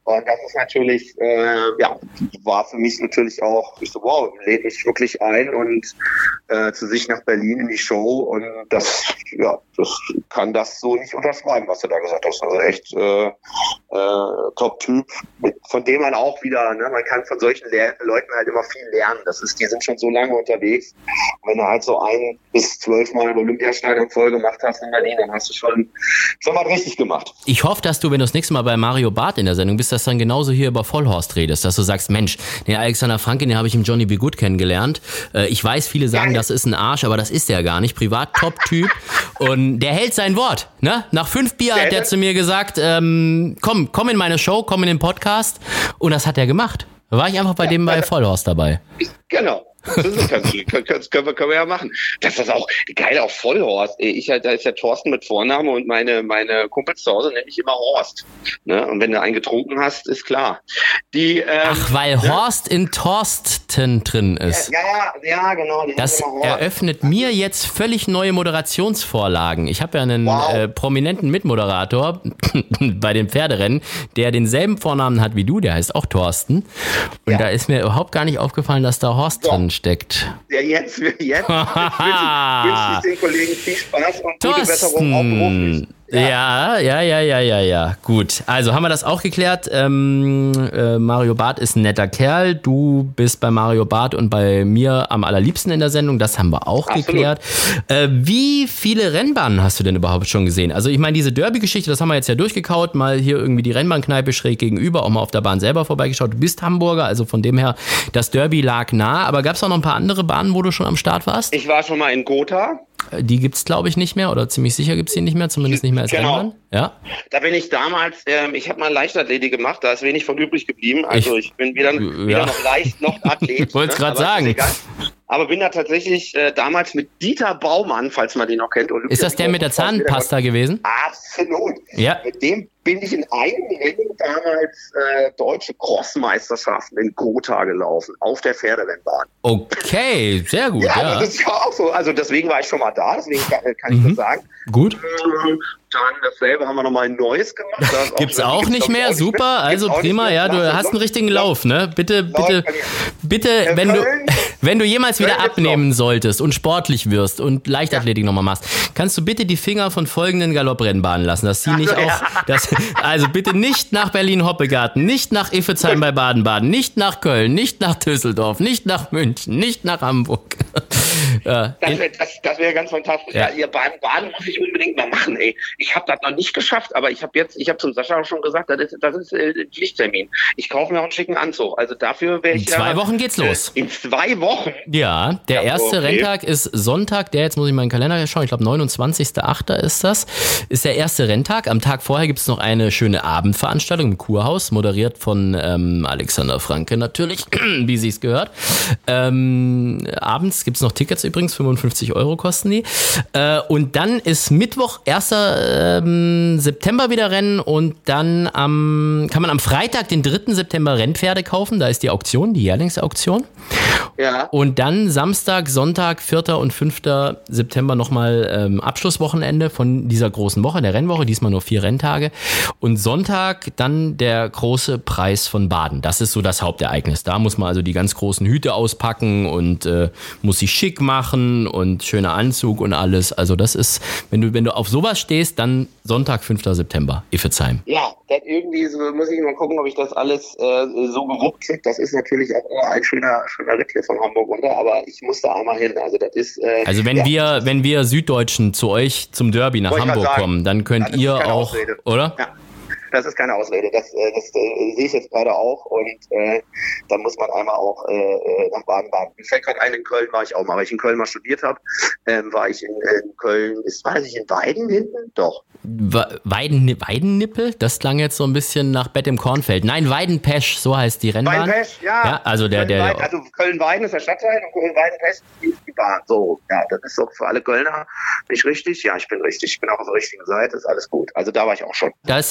Und das ist natürlich, äh, ja, war für mich natürlich auch, ich so, wow, lädt mich wirklich ein und äh, zu sich nach Berlin in die Show und das, ja, das kann das so nicht unterschreiben, was du da gesagt hast. Also echt äh, äh, Top-Typ, von dem man auch wieder, ne, man kann von solchen Le- Leuten halt immer viel lernen. Das ist, die sind schon so lange unterwegs. Und wenn du halt so ein bis zwölf Mal im Olympiastadion voll gemacht hast in Berlin, dann hast du schon, schon mal richtig gemacht. Ich hoffe, dass du, wenn du das nächste Mal bei Mario Barth in der Sendung bist, dass du dann genauso hier über Vollhorst redest, dass du sagst, Mensch, den Alexander Franke, den habe ich im Johnny B. Good kennengelernt. Ich weiß, viele sagen, das ist ein Arsch, aber das ist der gar nicht. Privat Top-Typ. Und der hält sein Wort. Ne? Nach fünf Bier hat er zu mir gesagt, ähm, komm, komm in meine Show, komm in den Podcast. Und das hat er gemacht. Da war ich einfach bei ja, dem bei Vollhorst dabei. Genau. Das ist, das können, wir, können wir ja machen. Das ist auch geil auf Vollhorst. Ich, da ist ja Thorsten mit Vorname und meine, meine Kumpels zu Hause nenne ich immer Horst. Ne? Und wenn du einen getrunken hast, ist klar. Die, ähm, Ach, weil ne? Horst in Thorsten drin ist. Ja, ja, ja genau. Das eröffnet mir jetzt völlig neue Moderationsvorlagen. Ich habe ja einen wow. äh, prominenten Mitmoderator bei den Pferderennen, der denselben Vornamen hat wie du, der heißt auch Thorsten. Und ja. da ist mir überhaupt gar nicht aufgefallen, dass da Horst ja. drin steckt. Ja, jetzt, jetzt wünsche ich den Kollegen viel Spaß und gute Besserung auch beruflich. Ja. ja, ja, ja, ja, ja, ja. Gut, also haben wir das auch geklärt. Ähm, äh, Mario Barth ist ein netter Kerl. Du bist bei Mario Barth und bei mir am allerliebsten in der Sendung. Das haben wir auch Absolut. geklärt. Äh, wie viele Rennbahnen hast du denn überhaupt schon gesehen? Also ich meine, diese Derby-Geschichte, das haben wir jetzt ja durchgekaut. Mal hier irgendwie die Rennbahnkneipe schräg gegenüber, auch mal auf der Bahn selber vorbeigeschaut. Du bist Hamburger, also von dem her, das Derby lag nah. Aber gab es auch noch ein paar andere Bahnen, wo du schon am Start warst? Ich war schon mal in Gotha. Die gibt's, glaube ich, nicht mehr oder ziemlich sicher gibt's die nicht mehr, zumindest nicht mehr als genau. Rennbahn. Ja. Da bin ich damals, ähm, ich habe mal Leichtathletik gemacht, da ist wenig von übrig geblieben. Also ich, ich bin weder, ja. weder noch leicht noch Athlet. Ich wollte es gerade sagen. Aber bin da tatsächlich äh, damals mit Dieter Baumann, falls man den noch kennt. Olympia ist das der mit der Zahnpasta gewesen? Absolut. Ja. Mit dem bin ich in einem Rennen damals äh, deutsche Crossmeisterschaften in Gotha gelaufen, auf der Pferderennbahn. Okay, sehr gut. Ja, ja. das ist ja auch so. Also deswegen war ich schon mal da, deswegen kann, kann ich mhm. das sagen. Gut. Ähm, Dann dasselbe haben wir nochmal ein neues gemacht. Das gibt's auch, auch nicht mehr, super, also prima, ja, du hast einen richtigen Lauf, ne? Bitte, bitte, bitte, wenn du, wenn du jemals wieder abnehmen solltest und sportlich wirst und Leichtathletik nochmal machst, kannst du bitte die Finger von folgenden Galopprennbahnen lassen, dass sie nicht auch, das, also bitte nicht nach Berlin-Hoppegarten, nicht nach Iffezheim bei Baden-Baden, nicht nach Köln, nicht nach Düsseldorf, nicht nach München, nicht nach Hamburg. Ja. Das wäre das, das wär ganz fantastisch. Ja, ihr Baden-Baden muss ich unbedingt mal machen, ey. Ich habe das noch nicht geschafft, aber ich habe jetzt, ich habe zum Sascha auch schon gesagt, das ist, das ist äh, ein Pflichttermin. Ich kaufe mir auch einen schicken Anzug. Also dafür wäre ich. In zwei ja, Wochen geht's äh, los. In zwei Wochen? Ja, der ja, erste okay. Renntag ist Sonntag, der, jetzt muss ich mal in den Kalender schauen, ich glaube neunundzwanzigster achter ist das, ist der erste Renntag. Am Tag vorher gibt's noch eine schöne Abendveranstaltung im Kurhaus, moderiert von ähm, Alexander Franke natürlich, wie sich's gehört. Ähm, abends gibt's noch Tickets übrigens, fünfundfünfzig Euro kosten die. Äh, und dann ist Mittwoch, erster ähm, September wieder Rennen und dann am, kann man am Freitag, den dritten September Rennpferde kaufen. Da ist die Auktion, die Jährlingsauktion. Ja. Und dann Samstag, Sonntag, vierter und fünfter September nochmal ähm, Abschlusswochenende von dieser großen Woche, der Rennwoche, diesmal nur vier Renntage. Und Sonntag dann der große Preis von Baden. Das ist so das Hauptereignis. Da muss man also die ganz großen Hüte auspacken und äh, muss sich schick machen und schöner Anzug und alles. Also das ist, wenn du, wenn du auf sowas stehst, dann Sonntag, fünfter September, Iffezheim. Ja, dann irgendwie so, muss ich mal gucken, ob ich das alles äh, so gewuppt kriege. Das ist natürlich auch ein schöner, schöner Ritt hier von Hamburg runter, aber ich muss da einmal hin. Also das ist. Äh, also wenn ja. wir, wenn wir Süddeutschen zu euch zum Derby nach Wollte Hamburg kommen, dann könnt ja, ihr auch, Ausrede. Oder? Ja. Das ist keine Ausrede, das, das äh, sehe ich jetzt gerade auch und äh, da muss man einmal auch äh, nach Baden-Baden. Mir fällt gerade ein, in Köln war ich auch mal, weil ich in Köln mal studiert habe, ähm, war ich in, in Köln, ist, war ich in Weiden hinten? Doch. Weiden, Weidennippel? Das klang jetzt so ein bisschen nach Bett im Kornfeld. Nein, Weidenpesch, so heißt die Rennbahn. Weidenpesch, ja. ja also der, der, der, also Köln-Weiden ist der Stadtteil und Köln-Weidenpesch ist die Bahn. So, ja, das ist doch für alle Kölner. Bin ich richtig? Ja, ich bin richtig. Ich bin auch auf der richtigen Seite, ist alles gut. Also da war ich auch schon. Das ist übrigens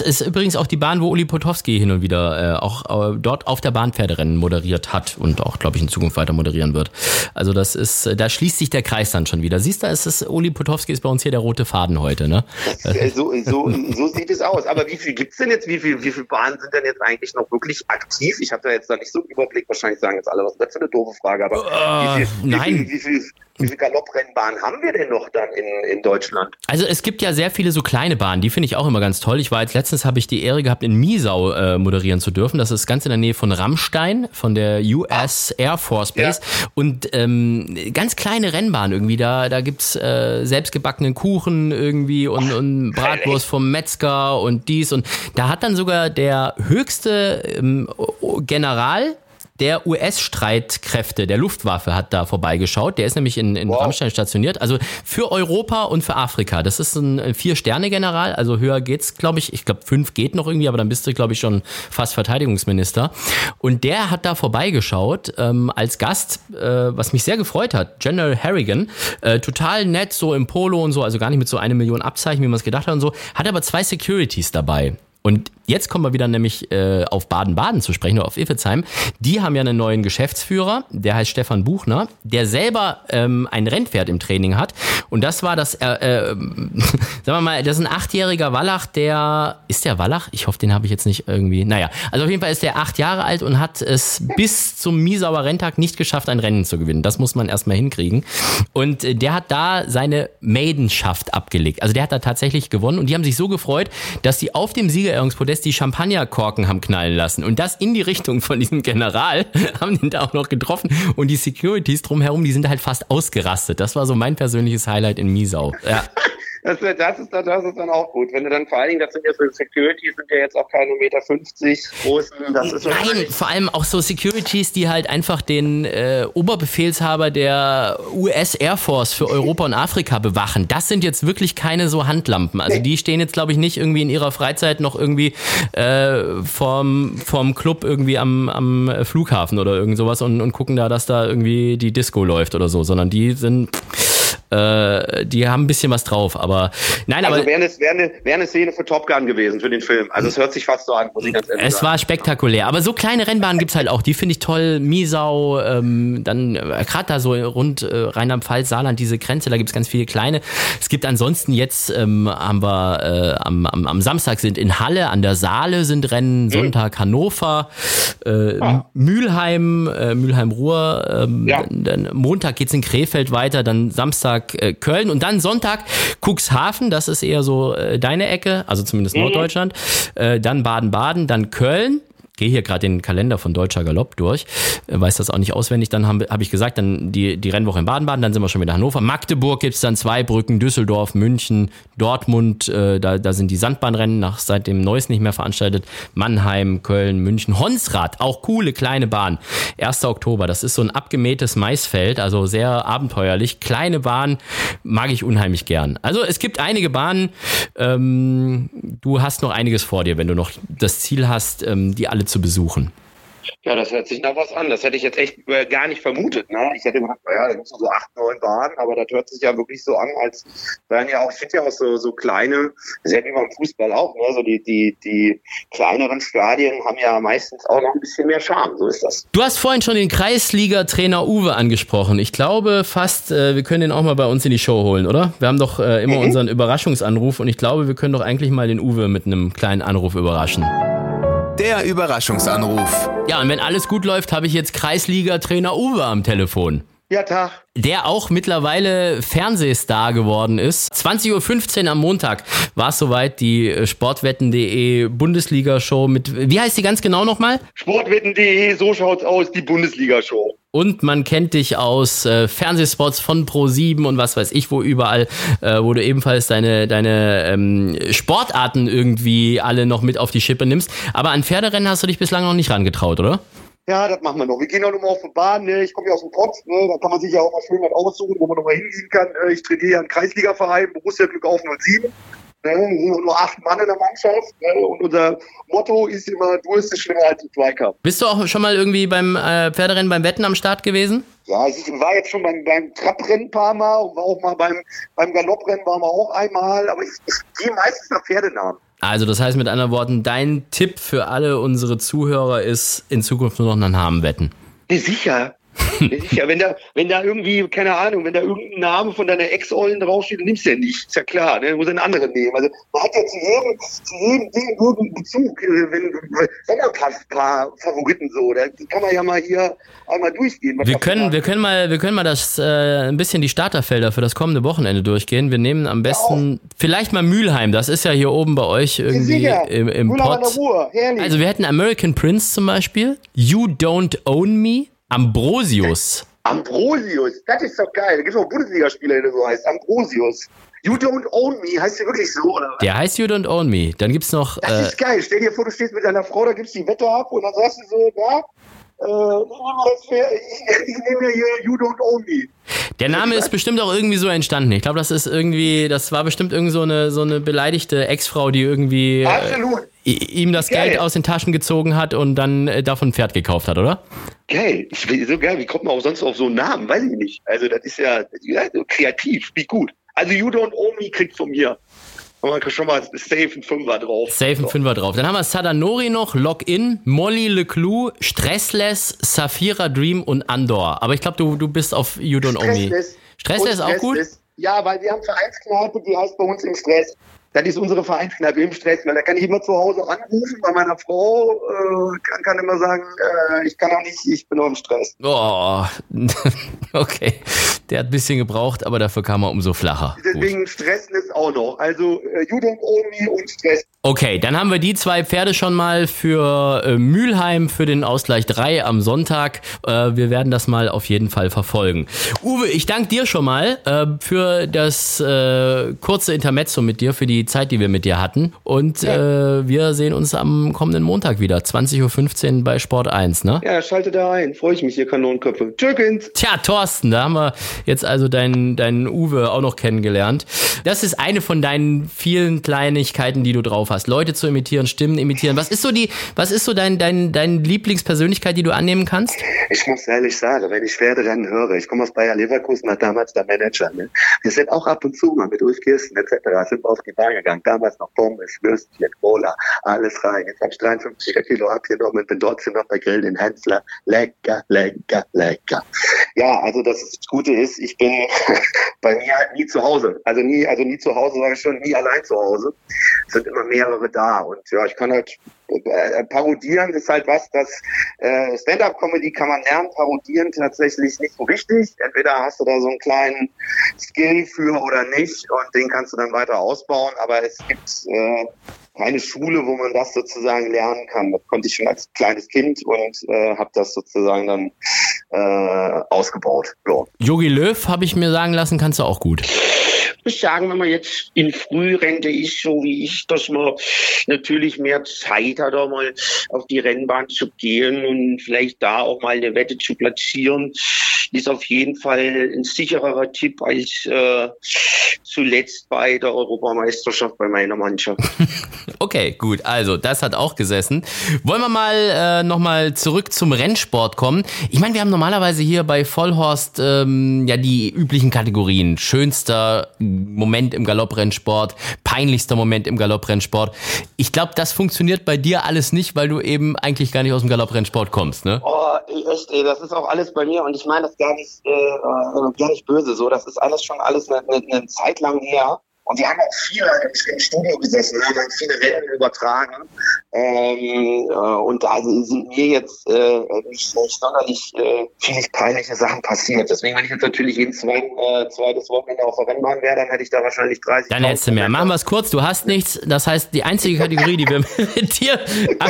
übrigens auch die Bahn, wo Uli Potowski hin und wieder äh, auch äh, dort auf der Bahn Pferderennen moderiert hat und auch, glaube ich, in Zukunft weiter moderieren wird. Also das ist, da schließt sich der Kreis dann schon wieder. Siehst du, es ist, Uli Potowski ist bei uns hier der rote Faden heute, ne? Das, äh, so, so, so sieht es aus. Aber wie viel gibt's denn jetzt? Wie viel, wie viele Bahnen sind denn jetzt eigentlich noch wirklich aktiv? Ich habe da jetzt da nicht so einen Überblick. Wahrscheinlich sagen jetzt alle, was ist das für eine doofe Frage. Aber uh, wie viel, wie nein. Viel, wie viel, wie viele Galopprennbahnen haben wir denn noch dann in, in Deutschland? Also es gibt ja sehr viele so kleine Bahnen, die finde ich auch immer ganz toll. Ich war jetzt letztens, habe ich die Ehre gehabt, in Miesau äh, moderieren zu dürfen. Das ist ganz in der Nähe von Rammstein, von der U S Air Force Base. Ja. Und ähm, ganz kleine Rennbahnen irgendwie. Da, da gibt's äh, selbstgebackenen Kuchen irgendwie und, und Bratwurst vom Metzger und dies. Und da hat dann sogar der höchste ähm, General der U S-Streitkräfte, der Luftwaffe, hat da vorbeigeschaut. Der ist nämlich in, in wow. Rammstein stationiert. Also für Europa und für Afrika. Das ist ein Vier-Sterne-General. Also höher geht's, glaube ich. Ich glaube, fünf geht noch irgendwie, aber dann bist du, glaube ich, schon fast Verteidigungsminister. Und der hat da vorbeigeschaut ähm, als Gast, äh, was mich sehr gefreut hat. General Harrigan. Äh, total nett, so im Polo und so. Also gar nicht mit so eine Million Abzeichen, wie man es gedacht hat und so. Hat aber zwei Securities dabei. Und jetzt kommen wir wieder nämlich äh, auf Baden-Baden zu sprechen, oder auf Iffezheim. Die haben ja einen neuen Geschäftsführer, der heißt Stefan Buchner, der selber ähm, ein Rennpferd im Training hat. Und das war das, äh, äh, sagen wir mal, das ist ein achtjähriger Wallach, der, ist der Wallach? Ich hoffe, den habe ich jetzt nicht irgendwie, naja. Also auf jeden Fall ist der acht Jahre alt und hat es bis zum Miesauer Renntag nicht geschafft, ein Rennen zu gewinnen. Das muss man erstmal hinkriegen. Und äh, der hat da seine Maidenschaft abgelegt. Also der hat da tatsächlich gewonnen und die haben sich so gefreut, dass die auf dem Sieger Podest die Champagnerkorken haben knallen lassen und das in die Richtung von diesem General, haben den da auch noch getroffen und die Securities drumherum, die sind halt fast ausgerastet. Das war so mein persönliches Highlight in Miesau. Ja. Das, das, ist, das ist dann auch gut. Wenn du dann vor allen Dingen, das sind ja so Securities, sind ja jetzt auch keine eins Komma fünfzig Meter großen. Das ist Nein, vor allem auch so Securities, die halt einfach den äh, Oberbefehlshaber der U S Air Force für Europa und Afrika bewachen. Das sind jetzt wirklich keine so Handlampen. Also die stehen jetzt, glaube ich, nicht irgendwie in ihrer Freizeit noch irgendwie äh, vorm, vorm Club irgendwie am, am Flughafen oder irgend sowas und, und gucken da, dass da irgendwie die Disco läuft oder so, sondern die sind... Äh, die haben ein bisschen was drauf, aber nein, also aber wäre eine, wäre eine, wäre eine Szene für Top Gun gewesen, für den Film. Also es hört sich fast so an, muss ich ganz ehrlich es sagen. war spektakulär, aber so kleine Rennbahnen gibt's halt auch, die finde ich toll. Miesau, ähm, dann äh, gerade da so rund äh, Rheinland-Pfalz, Saarland, diese Grenze, da gibt's ganz viele kleine. Es gibt ansonsten jetzt, ähm, haben wir äh, am, am, am Samstag sind in Halle, an der Saale sind Rennen, Sonntag mhm. Hannover, äh, ah. Mülheim, äh, Mülheim-Ruhr, ähm, ja. dann, dann Montag geht's in Krefeld weiter, dann Samstag Köln und dann Sonntag Cuxhaven, das ist eher so äh, deine Ecke, also zumindest mhm. Norddeutschland, äh, dann Baden-Baden, dann Köln. Gehe hier gerade den Kalender von Deutscher Galopp durch, weiß das auch nicht auswendig. Dann habe hab ich gesagt, dann die, die Rennwoche in Baden-Baden, dann sind wir schon wieder in Hannover. Magdeburg gibt's dann zwei Brücken, Düsseldorf, München, Dortmund, äh, da, da sind die Sandbahnrennen nach seitdem Neues nicht mehr veranstaltet. Mannheim, Köln, München, Honsrad, auch coole kleine Bahn. erster Oktober, das ist so ein abgemähtes Maisfeld, also sehr abenteuerlich. Kleine Bahn, mag ich unheimlich gern. Also es gibt einige Bahnen, ähm, du hast noch einiges vor dir, wenn du noch das Ziel hast, ähm, die alle zu besuchen. Ja, das hört sich nach was an. Das hätte ich jetzt echt äh, gar nicht vermutet. Ne? Ich hätte gedacht, ja, da gibt es so acht, neun Bahnen, aber das hört sich ja wirklich so an, als wären ja auch, ich finde ja auch so, so kleine, das ist ja wie beim Fußball auch, ne? So die, die, die kleineren Stadien haben ja meistens auch noch ein bisschen mehr Charme, so ist das. Du hast vorhin schon den Kreisliga-Trainer Uwe angesprochen. Ich glaube fast, äh, wir können den auch mal bei uns in die Show holen, oder? Wir haben doch äh, immer mhm. unseren Überraschungsanruf und ich glaube, wir können doch eigentlich mal den Uwe mit einem kleinen Anruf überraschen. Der Überraschungsanruf. Ja, und wenn alles gut läuft, habe ich jetzt Kreisliga-Trainer Uwe am Telefon. Ja, Tag. Der auch mittlerweile Fernsehstar geworden ist. zwanzig Uhr fünfzehn am Montag war es soweit, die Sportwetten punkt de Bundesliga-Show mit, wie heißt die ganz genau nochmal? Sportwetten punkt de, so schaut's aus, die Bundesliga-Show. Und man kennt dich aus äh, Fernsehspots von Pro sieben und was weiß ich wo überall, äh, wo du ebenfalls deine, deine ähm, Sportarten irgendwie alle noch mit auf die Schippe nimmst. Aber an Pferderennen hast du dich bislang noch nicht rangetraut, oder? Ja, das machen wir noch. Wir gehen auch nochmal auf die Bahn, ne? Ich komme ja aus dem Pott, ne? Da kann man sich ja auch mal schön was aussuchen, wo man nochmal hingehen kann. Ich trainiere ja einen Kreisligaverein, Borussia Glück auf null sieben. Ne? Wir sind nur acht Mann in der Mannschaft. Ne? Und unser Motto ist immer, du bist schlimmer als ein Striker. Bist du auch schon mal irgendwie beim äh, Pferderennen, beim Wetten am Start gewesen? Ja, ich war jetzt schon beim, beim Trabrennen ein paar Mal und war auch mal beim, beim Galopprennen waren wir auch einmal, aber ich, ich gehe meistens nach Pferdenamen. Also das heißt mit anderen Worten, dein Tipp für alle unsere Zuhörer ist, in Zukunft nur noch einen Namen wetten. Nee, sicher. Nee, sicher. Wenn da, wenn da irgendwie, keine Ahnung, wenn da irgendein Name von deiner Ex-Ollen draufsteht, dann nimmst du ja nicht. Ist ja klar, ne? Du musst einen anderen nehmen. Also man hat ja zu jedem, zu jedem Ding irgendeinen Bezug. Wenn, wenn ein paar, paar Favoriten so, da kann man ja mal hier einmal durchgehen. Wir können, wir können mal, wir können mal das, äh, ein bisschen die Starterfelder für das kommende Wochenende durchgehen. Wir nehmen am besten ja, vielleicht mal Mülheim. Das ist ja hier oben bei euch irgendwie im, im Pott. Also wir hätten American Prince zum Beispiel. You Don't Own Me. Ambrosius. Ambrosius, das ist doch geil. Da gibt es auch Bundesligaspieler, der so heißt. Ambrosius. You Don't Own Me, heißt der wirklich so, oder? Der heißt You Don't Own Me. Dann gibt's noch... Das äh, ist geil. Stell dir vor, du stehst mit deiner Frau, da gibst du die Wette ab und dann sagst du so, ja, äh, ich, ich nehme ja hier You Don't Own Me. Der Name ist bestimmt auch irgendwie so entstanden. Ich glaube, das ist irgendwie, das war bestimmt irgend so eine, so eine beleidigte Ex-Frau, die irgendwie äh, ihm das geil. Geld aus den Taschen gezogen hat und dann äh, davon ein Pferd gekauft hat, oder? Geil. Ich bin so geil. Wie kommt man auch sonst auf so einen Namen? Weiß ich nicht. Also das ist ja, ja kreativ, wie gut. Also You Don't Own Me kriegt von mir. Und man kann schon mal safe einen Fünfer drauf. Safe einen Fünfer drauf. Dann haben wir Sadanori noch, Lock-In, Molly Leclou, Stressless, Saphira Dream und Andor. Aber ich glaube, du, du bist auf You Don't Own Me. Stressless auch gut? Ja, weil wir haben Vereinskneipe, die heißt bei uns im Stress. Das ist unsere Vereinskneipe im Stress. Da kann ich immer zu Hause anrufen. Bei meiner Frau äh, kann, kann immer sagen, äh, ich kann auch nicht, ich bin noch im Stress. Oh, okay. Der hat ein bisschen gebraucht, aber dafür kam er umso flacher. Deswegen Gut. Stressen ist auch noch. Also äh, You Don't Own Me und Stress. Okay, dann haben wir die zwei Pferde schon mal für äh, Mülheim für den Ausgleich drei am Sonntag. Äh, wir werden das mal auf jeden Fall verfolgen. Uwe, ich danke dir schon mal äh, für das äh, kurze Intermezzo mit dir, für die Zeit, die wir mit dir hatten. Und ja. äh, wir sehen uns am kommenden Montag wieder, zwanzig Uhr fünfzehn bei Sport eins, ne? Ja, schalte da ein. Freue ich mich, ihr Kanonenköpfe. Tschüss. Tja, Thorsten, da haben wir jetzt also deinen, deinen Uwe auch noch kennengelernt. Das ist eine von deinen vielen Kleinigkeiten, die du drauf hast. Leute zu imitieren, Stimmen imitieren. Was ist so die, was ist so dein, dein, dein Lieblingspersönlichkeit, die du annehmen kannst? Ich muss ehrlich sagen, wenn ich Pferderennen höre, ich komme aus Bayer Leverkusen, war damals der Manager, ne? Wir sind auch ab und zu mal mit Ulf Kirsten et cetera sind wir auf die Bahn gegangen. Damals noch Pommes, Würstchen, Cola, alles rein. Jetzt habe ich dreiundfünfzig Kilo abgenommen und bin trotzdem noch bei Grill den Hensler. Lecker, lecker, lecker. Ja, also das Gute ist, ich bin bei mir halt nie zu Hause. Also nie, also nie zu Hause, sage ich schon, nie allein zu Hause. Es sind immer mehrere da. Und ja, ich kann halt äh, parodieren ist halt was, das äh, Stand-Up-Comedy kann man lernen, parodieren tatsächlich nicht so richtig. Entweder hast du da so einen kleinen Skill für oder nicht und den kannst du dann weiter ausbauen, aber es gibt äh, keine Schule, wo man das sozusagen lernen kann. Das konnte ich schon als kleines Kind und äh, habe das sozusagen dann äh, ausgebaut. So. Jogi Löw, habe ich mir sagen lassen, kannst du auch gut. Ich muss sagen, wenn man jetzt in Frührente ist, so wie ich, dass man natürlich mehr Zeit hat, auch mal auf die Rennbahn zu gehen und vielleicht da auch mal eine Wette zu platzieren, ist auf jeden Fall ein sichererer Tipp als äh, zuletzt bei der Europameisterschaft bei meiner Mannschaft. Okay, gut. Also, das hat auch gesessen. Wollen wir mal äh, nochmal zurück zum Rennsport kommen? Ich meine, wir haben normalerweise hier bei Vollhorst ähm, ja die üblichen Kategorien. Schönster Moment im Galopprennsport, peinlichster Moment im Galopprennsport. Ich glaube, das funktioniert bei dir alles nicht, weil du eben eigentlich gar nicht aus dem Galopprennsport kommst, ne? Oh, echt, ey, das ist auch alles bei mir und ich meine das gar nicht, äh, gar nicht böse so. Das ist alles schon alles eine, eine, eine Zeit lang her. Und wir haben auch viele im Studio gesessen, haben halt viele Rennen übertragen. Ähm, äh, und da sind mir jetzt äh, nicht, nicht sonderlich äh, viele peinliche Sachen passiert. Deswegen, wenn ich jetzt natürlich jeden zweiten, äh, zweites Wochenende auf der Rennbahn wäre, dann hätte ich da wahrscheinlich dreißig. Dann hättest du mehr. Machen wir es kurz. Du hast nichts. Das heißt, die einzige Kategorie, die wir mit dir... Ab-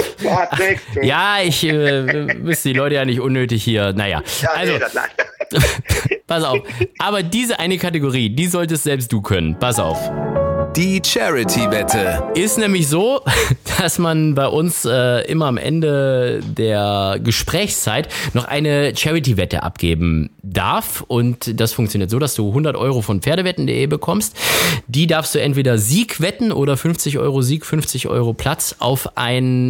ja, ich äh, wüsste die Leute ja nicht unnötig hier. Naja, ja, also... Nee, das, pass auf. Aber diese eine Kategorie, die solltest selbst du können. Pass auf. Die Charity-Wette. Ist nämlich so, dass man bei uns äh, immer am Ende der Gesprächszeit noch eine Charity-Wette abgeben darf. Und das funktioniert so, dass du hundert Euro von pferdewetten punkt de bekommst. Die darfst du entweder Sieg wetten oder fünfzig Euro Sieg, fünfzig Euro Platz auf ein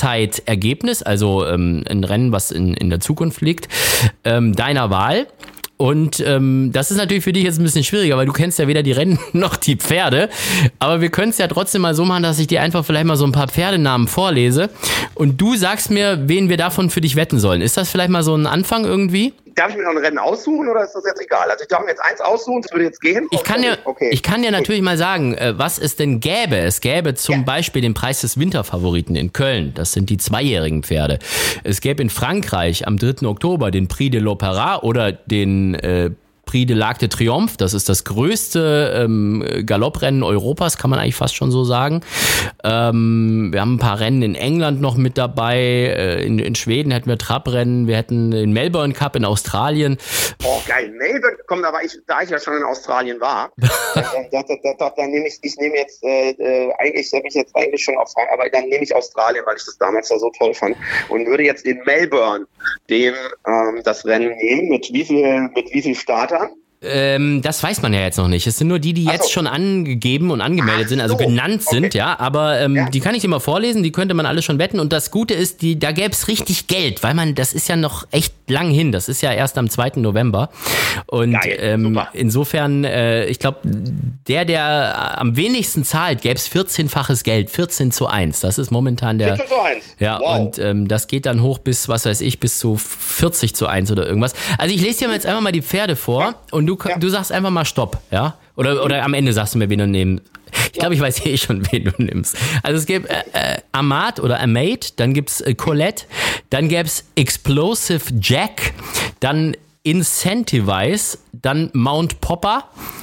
Langzeitergebnis, also ähm, ein Rennen, was in, in der Zukunft liegt, ähm, deiner Wahl. Und ähm, das ist natürlich für dich jetzt ein bisschen schwieriger, weil du kennst ja weder die Rennen noch die Pferde. Aber wir können es ja trotzdem mal so machen, dass ich dir einfach vielleicht mal so ein paar Pferdenamen vorlese. Und du sagst mir, wen wir davon für dich wetten sollen. Ist das vielleicht mal so ein Anfang irgendwie? Darf ich mir noch ein Rennen aussuchen oder ist das jetzt egal? Also ich darf mir jetzt eins aussuchen, das würde jetzt gehen. Ich kann dir, okay. ich kann dir natürlich mal sagen, was es denn gäbe. Es gäbe zum ja. Beispiel den Preis des Winterfavoriten in Köln. Das sind die zweijährigen Pferde. Es gäbe in Frankreich am dritten Oktober den Prix de l'Opéra oder den äh, Prix de l'Arc de Triomphe, das ist das größte ähm, Galopprennen Europas, kann man eigentlich fast schon so sagen. Ähm, wir haben ein paar Rennen in England noch mit dabei, äh, in, in Schweden hätten wir Traprennen, wir hätten den Melbourne Cup in Australien. Oh geil, Melbourne, komm, da war ich, da ich ja schon in Australien war, dann, dann, dann, dann, dann nehme ich, ich nehme jetzt, äh, eigentlich habe ich jetzt eigentlich schon auf, aber dann nehme ich Australien, weil ich das damals ja so toll fand und würde jetzt in Melbourne dem ähm, das Rennen nehmen, mit wie viel, mit wie viel Starter? Ähm, das weiß man ja jetzt noch nicht. Es sind nur die, die jetzt so. schon angegeben und angemeldet Ach sind, also so. genannt okay. sind, ja. Aber ähm, ja. die kann ich immer vorlesen, die könnte man alle schon wetten. Und das Gute ist, die, da gäbe es richtig Geld, weil man, das ist ja noch echt lang hin. Das ist ja erst am zweiten November. Und Geil, ähm, insofern, äh, ich glaube, der, der am wenigsten zahlt, gäbe es vierzehnfaches Geld, vierzehn zu eins. Das ist momentan der. vierzehn zu eins. Ja, wow. Und ähm, das geht dann hoch bis, was weiß ich, bis zu vierzig zu eins oder irgendwas. Also ich lese dir mal jetzt einfach mal die Pferde vor ja. und Du, ja. du sagst einfach mal Stopp, ja? Oder, oder am Ende sagst du mir, wen du nimmst. Ich glaube, ich weiß eh schon, wen du nimmst. Also es gibt äh, äh, Amat oder Amate, dann gibt's äh, Colette, dann gäb's Explosive Jack, dann Incentivize, dann Mount Popper,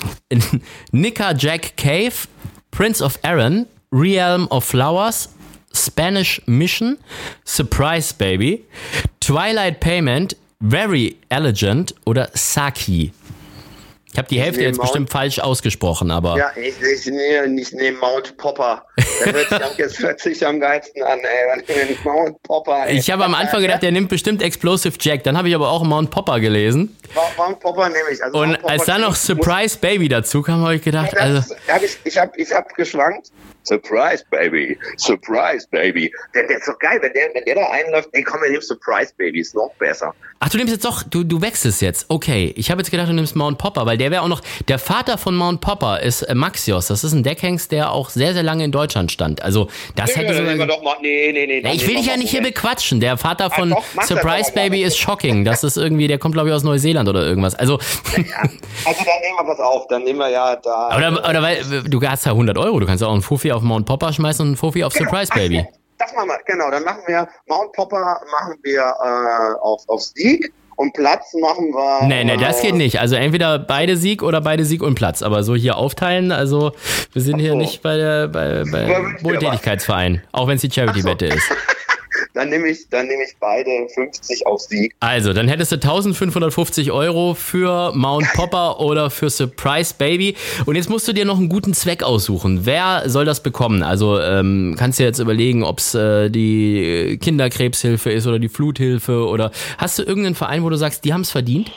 Nika Jack Cave, Prince of Aaron, Realm of Flowers, Spanish Mission, Surprise Baby, Twilight Payment, Very Elegant oder Saki. Ich habe die Hälfte jetzt Mount, bestimmt falsch ausgesprochen, aber... Ja, ich, ich nehme ich nehm Mount Popper. Das hört sich, am, das hört sich am geilsten an, ey. Mount Popper, ey. Ich habe am Anfang gedacht, der nimmt bestimmt Explosive Jack. Dann habe ich aber auch Mount Popper gelesen. Mount Popper nehme ich. Also Und als dann noch Surprise Baby dazu kam, habe ich gedacht... Ja, also hab ich ich habe ich hab geschwankt. Surprise Baby, Surprise Baby. Der, der ist doch geil, wenn der, wenn der da einläuft, ey komm, wir nehmen Surprise Baby, ist noch besser. Ach, du nimmst jetzt doch, du, du wechselst jetzt. Okay, ich habe jetzt gedacht, du nimmst Mount Popper, weil der wäre auch noch, der Vater von Mount Popper ist äh, Maxios. Das ist ein Deckhengst, der auch sehr, sehr lange in Deutschland stand. Also, das nee, hätte nee, sogar... Doch mal, nee, nee, nee. Ja, ich will dich ja nicht hier bequatschen. Der Vater von Ach, doch, Surprise Baby ist shocking. Das ist irgendwie, der kommt glaube ich aus Neuseeland oder irgendwas. Also, ja, also dann nehmen wir was auf. Dann nehmen wir ja da... Oder, oder weil, du hast ja hundert Euro. Du kannst ja auch einen Fuffi auf Mount Popper schmeißen und einen Fuffi auf genau. Surprise Baby. Also, das machen wir, genau. Dann machen wir Mount Popper machen wir äh, auf, auf Sieg. Und Platz machen wir... Nee, nee, das geht nicht. Also entweder beide Sieg oder beide Sieg und Platz. Aber so hier aufteilen, also wir sind hier so. nicht bei der bei, bei Wohltätigkeitsverein. Auch wenn es die Charity-Wette so. ist. Dann nehme ich, dann nehme ich beide fünfzig auf Sieg. Also, dann hättest du eintausendfünfhundertfünfzig Euro für Mount Popper oder für Surprise Baby. Und jetzt musst du dir noch einen guten Zweck aussuchen. Wer soll das bekommen? Also, ähm, kannst du jetzt überlegen, ob es äh, die Kinderkrebshilfe ist oder die Fluthilfe oder hast du irgendeinen Verein, wo du sagst, die haben es verdient?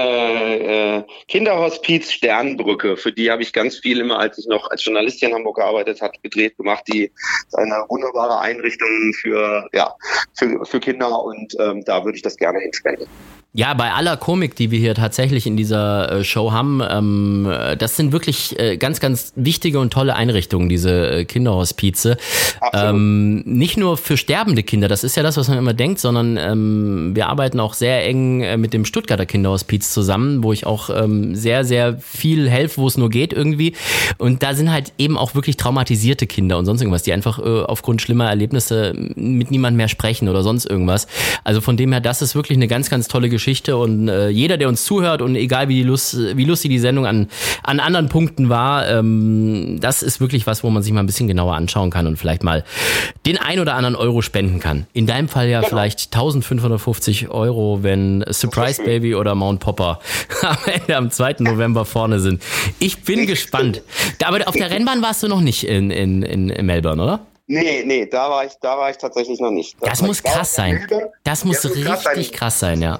Äh, äh, Kinderhospiz Sternbrücke. Für die habe ich ganz viel immer, als ich noch als Journalist hier in Hamburg gearbeitet habe, gedreht, gemacht. Die ist eine wunderbare Einrichtung für, ja, Für, für Kinder und ähm, da würde ich das gerne hinspenden. Ja, bei aller Komik, die wir hier tatsächlich in dieser äh, Show haben, ähm, das sind wirklich äh, ganz, ganz wichtige und tolle Einrichtungen, diese äh, Kinderhospize. Ähm, nicht nur für sterbende Kinder, das ist ja das, was man immer denkt, sondern ähm, wir arbeiten auch sehr eng äh, mit dem Stuttgarter Kinderhospiz zusammen, wo ich auch ähm, sehr, sehr viel helfe, wo es nur geht irgendwie. Und da sind halt eben auch wirklich traumatisierte Kinder und sonst irgendwas, die einfach äh, aufgrund schlimmer Erlebnisse mit niemandem mehr sprechen oder sonst irgendwas. Also von dem her, das ist wirklich eine ganz, ganz tolle Geschichte. Und äh, jeder, der uns zuhört und egal wie, die Lust, wie lustig die Sendung an, an anderen Punkten war, ähm, das ist wirklich was, wo man sich mal ein bisschen genauer anschauen kann und vielleicht mal den ein oder anderen Euro spenden kann. In deinem Fall ja genau. vielleicht eintausendfünfhundertfünfzig Euro, wenn Surprise Baby oder Mount Popper am Ende am zweiten November vorne sind. Ich bin gespannt. Aber auf der Rennbahn warst du noch nicht in, in, in Melbourne, oder? Nee, nee, da war ich, da war ich tatsächlich noch nicht. Das, das muss krass sein. Das muss richtig krass sein, ja.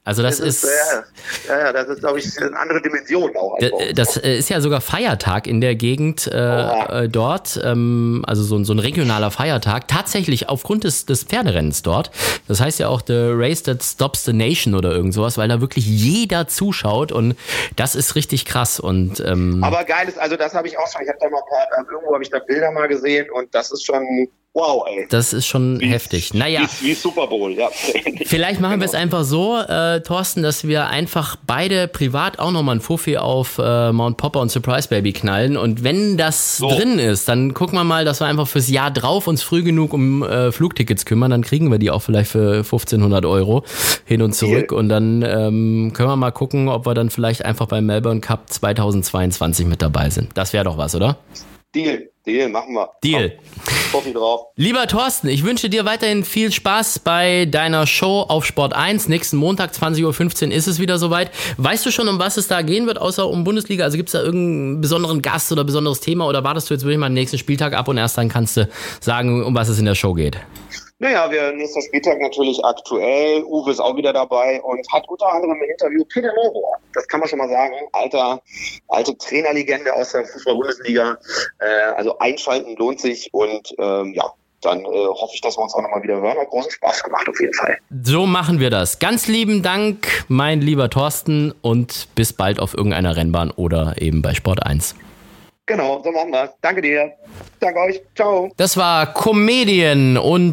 Also das, das ist, ist ja, ja, das ist, glaube ich, eine andere Dimension auch. D- das ist ja sogar Feiertag in der Gegend äh, oh. äh, dort, ähm, also so, so ein regionaler Feiertag, tatsächlich aufgrund des, des Pferderennens dort. Das heißt ja auch The Race That Stops the Nation oder irgend sowas, weil da wirklich jeder zuschaut und das ist richtig krass. Und ähm, aber geil ist, also das habe ich auch schon, ich habe da mal ein paar, irgendwo habe ich da Bilder mal gesehen und das ist schon wow, ey. Das ist schon wie, heftig. Naja. Wie, wie Super Bowl, ja. Vielleicht machen genau. wir es einfach so, äh, Thorsten, dass wir einfach beide privat auch nochmal ein Fuffi auf äh, Mount Popper und Surprise Baby knallen. Und wenn das so drin ist, dann gucken wir mal, dass wir einfach fürs Jahr drauf uns früh genug um äh, Flugtickets kümmern. Dann kriegen wir die auch vielleicht für fünfzehnhundert Euro hin und zurück. Deal. Und dann ähm, können wir mal gucken, ob wir dann vielleicht einfach beim Melbourne Cup zweitausendzweiundzwanzig mit dabei sind. Das wäre doch was, oder? Deal, Deal, machen wir. Deal. Profi drauf. Lieber Thorsten, ich wünsche dir weiterhin viel Spaß bei deiner Show auf Sport eins. Nächsten Montag, zwanzig Uhr fünfzehn, ist es wieder soweit. Weißt du schon, um was es da gehen wird, außer um Bundesliga? Also gibt es da irgendeinen besonderen Gast oder besonderes Thema oder wartest du jetzt wirklich mal den nächsten Spieltag ab und erst dann kannst du sagen, um was es in der Show geht? Naja, wir nächster Spieltag natürlich aktuell. Uwe ist auch wieder dabei und hat unter anderem im Interview Peter Neurohr. Das kann man schon mal sagen. Alter, alte Trainerlegende aus der Fußball-Bundesliga. Äh, also einschalten lohnt sich und ähm, ja, dann äh, hoffe ich, dass wir uns auch nochmal wieder hören. Hat großen Spaß gemacht auf jeden Fall. So machen wir das. Ganz lieben Dank, mein lieber Thorsten, und bis bald auf irgendeiner Rennbahn oder eben bei Sport eins. Genau, so machen wir. Danke dir. Danke euch. Ciao. Das war Comedian und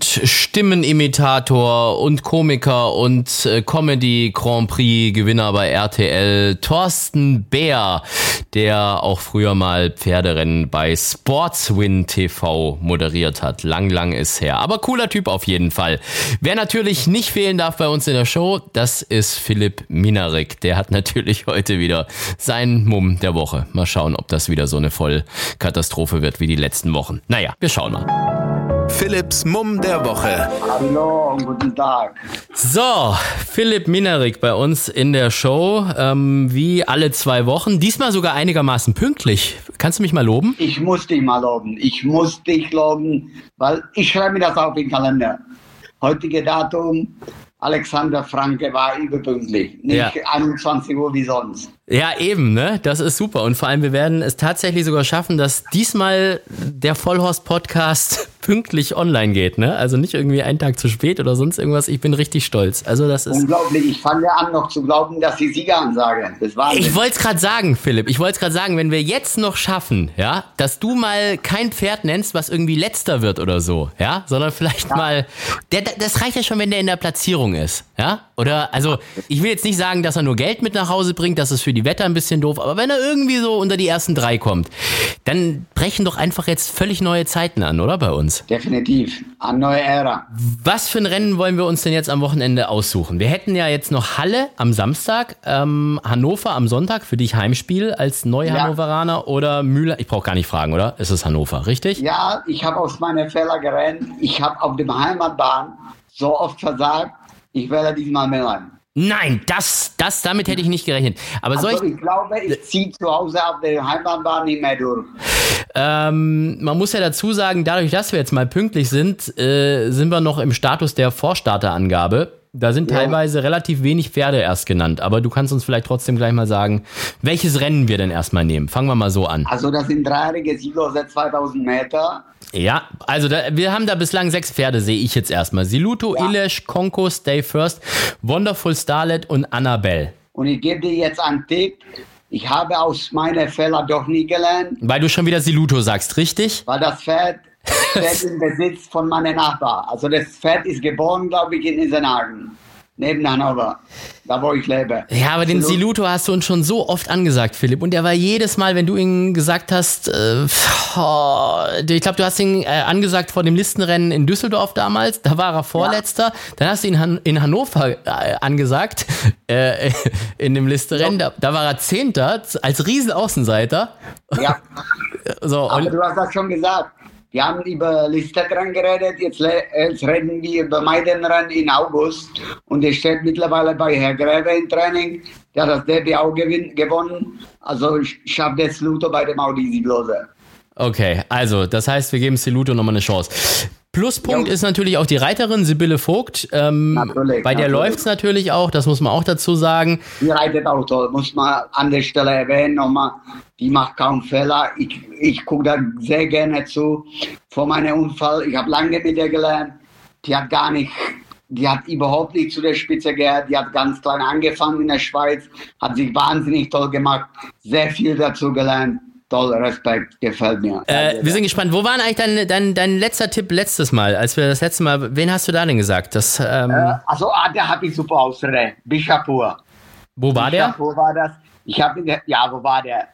Stimmenimitator und Komiker und äh, Comedy Grand Prix Gewinner bei R T L, Thorsten Bär, der auch früher mal Pferderennen bei Sportswin T V moderiert hat. Lang, lang ist her. Aber cooler Typ auf jeden Fall. Wer natürlich nicht fehlen darf bei uns in der Show, das ist Philipp Minarik. Der hat natürlich heute wieder seinen Mumm der Woche. Mal schauen, ob das wieder so eine Vollkatastrophe wird wie die letzten Wochen. Naja, wir schauen mal. Philipps Mumm der Woche. Hallo und guten Tag. So, Philipp Minarik bei uns in der Show, ähm, wie alle zwei Wochen. Diesmal sogar einigermaßen pünktlich. Kannst du mich mal loben? Ich muss dich mal loben. Ich muss dich loben, weil ich schreibe mir das auf in den Kalender. Heutige Datum, Alexander Franke war überpünktlich. Nicht ja. einundzwanzig Uhr wie sonst. Ja, eben, ne? Das ist super. Und vor allem, wir werden es tatsächlich sogar schaffen, dass diesmal der Vollhorst-Podcast pünktlich online geht, ne? Also nicht irgendwie einen Tag zu spät oder sonst irgendwas. Ich bin richtig stolz. Also das ist unglaublich. Ich fange an, noch zu glauben, dass die Sieger ansagen. Das war Ich wollte es gerade sagen, Philipp. Ich wollte es gerade sagen, wenn wir jetzt noch schaffen, ja, dass du mal kein Pferd nennst, was irgendwie letzter wird oder so, ja, sondern vielleicht ja. mal, der, das reicht ja schon, wenn der in der Platzierung ist, ja? Oder, also, ich will jetzt nicht sagen, dass er nur Geld mit nach Hause bringt, das ist für die Wetter ein bisschen doof, aber wenn er irgendwie so unter die ersten drei kommt, dann brechen doch einfach jetzt völlig neue Zeiten an, oder bei uns? Definitiv. Eine neue Ära. Was für ein Rennen wollen wir uns denn jetzt am Wochenende aussuchen? Wir hätten ja jetzt noch Halle am Samstag, ähm, Hannover am Sonntag, für dich Heimspiel als Neu-Hannoveraner ja. oder Müller. Ich brauche gar nicht fragen, oder? Es ist Hannover, richtig? Ja, ich habe aus meiner Fehler gerannt. Ich habe auf dem Heimatbahn so oft versagt, ich werde diesmal melden. Nein, das, das, damit hätte ich nicht gerechnet. Aber also soll ich, ich glaube, ich ziehe zu Hause auf der Heimatbahn nicht mehr durch. Ähm, man muss ja dazu sagen, dadurch, dass wir jetzt mal pünktlich sind, äh, sind wir noch im Status der Vorstarterangabe. Da sind ja. teilweise relativ wenig Pferde erst genannt. Aber du kannst uns vielleicht trotzdem gleich mal sagen, welches Rennen wir denn erstmal nehmen. Fangen wir mal so an. Also das sind dreijährige Siegloser zweitausend Meter. Ja, also da, wir haben da bislang sechs Pferde, sehe ich jetzt erstmal. Siluto, ja. Ilesh, Konko, Stay First, Wonderful Starlet und Annabelle. Und ich gebe dir jetzt einen Tipp. Ich habe aus meiner Fehler doch nie gelernt. Weil du schon wieder Siluto sagst, richtig? Weil das Pferd Pferd im Besitz von meinem Nachbar. Also das Pferd ist geboren, glaube ich, in Isenhagen. Neben Hannover, da wo ich lebe. Ja, aber den Siluto hast du uns schon so oft angesagt, Philipp. Und der war jedes Mal, wenn du ihn gesagt hast, äh, oh, ich glaube, du hast ihn äh, angesagt vor dem Listenrennen in Düsseldorf damals, da war er Vorletzter. Ja. Dann hast du ihn Han- in Hannover äh, angesagt, äh, in dem Listenrennen, ja. da, da war er Zehnter, als Riesenaußenseiter. Ja, so, aber und du hast das schon gesagt. Wir haben über Listenrennen geredet, jetzt, jetzt reden wir über Maidenrennen in August. Und er steht mittlerweile bei Herr Greve im Training. Der hat das Derby auch gewin- gewonnen. Also schafft der Siluto bei dem Audi Sieglose. Okay, also das heißt, wir geben Siluto nochmal eine Chance. Pluspunkt Jo. ist natürlich auch die Reiterin Sibylle Vogt. Ähm, Natürlich, bei der natürlich. läuft's natürlich auch, das muss man auch dazu sagen. Die reitet auch toll, muss man an der Stelle erwähnen nochmal. Die macht kaum Fehler. Ich, ich gucke da sehr gerne zu. Vor meinem Unfall, ich habe lange mit ihr gelernt. Die hat gar nicht, die hat überhaupt nicht zu der Spitze gehört. Die hat ganz klein angefangen in der Schweiz, hat sich wahnsinnig toll gemacht, sehr viel dazu gelernt. Toll, Respekt, gefällt mir. Äh, wir sind gespannt. Wo war denn eigentlich dein, dein, dein letzter Tipp letztes Mal, als wir das letzte Mal, wen hast du da denn gesagt? Das, ähm, Äh, also, ah, der habe ich super ausrede. Bishapur. wo war der? Bishapur war das. Ich habe, ja, wo war der?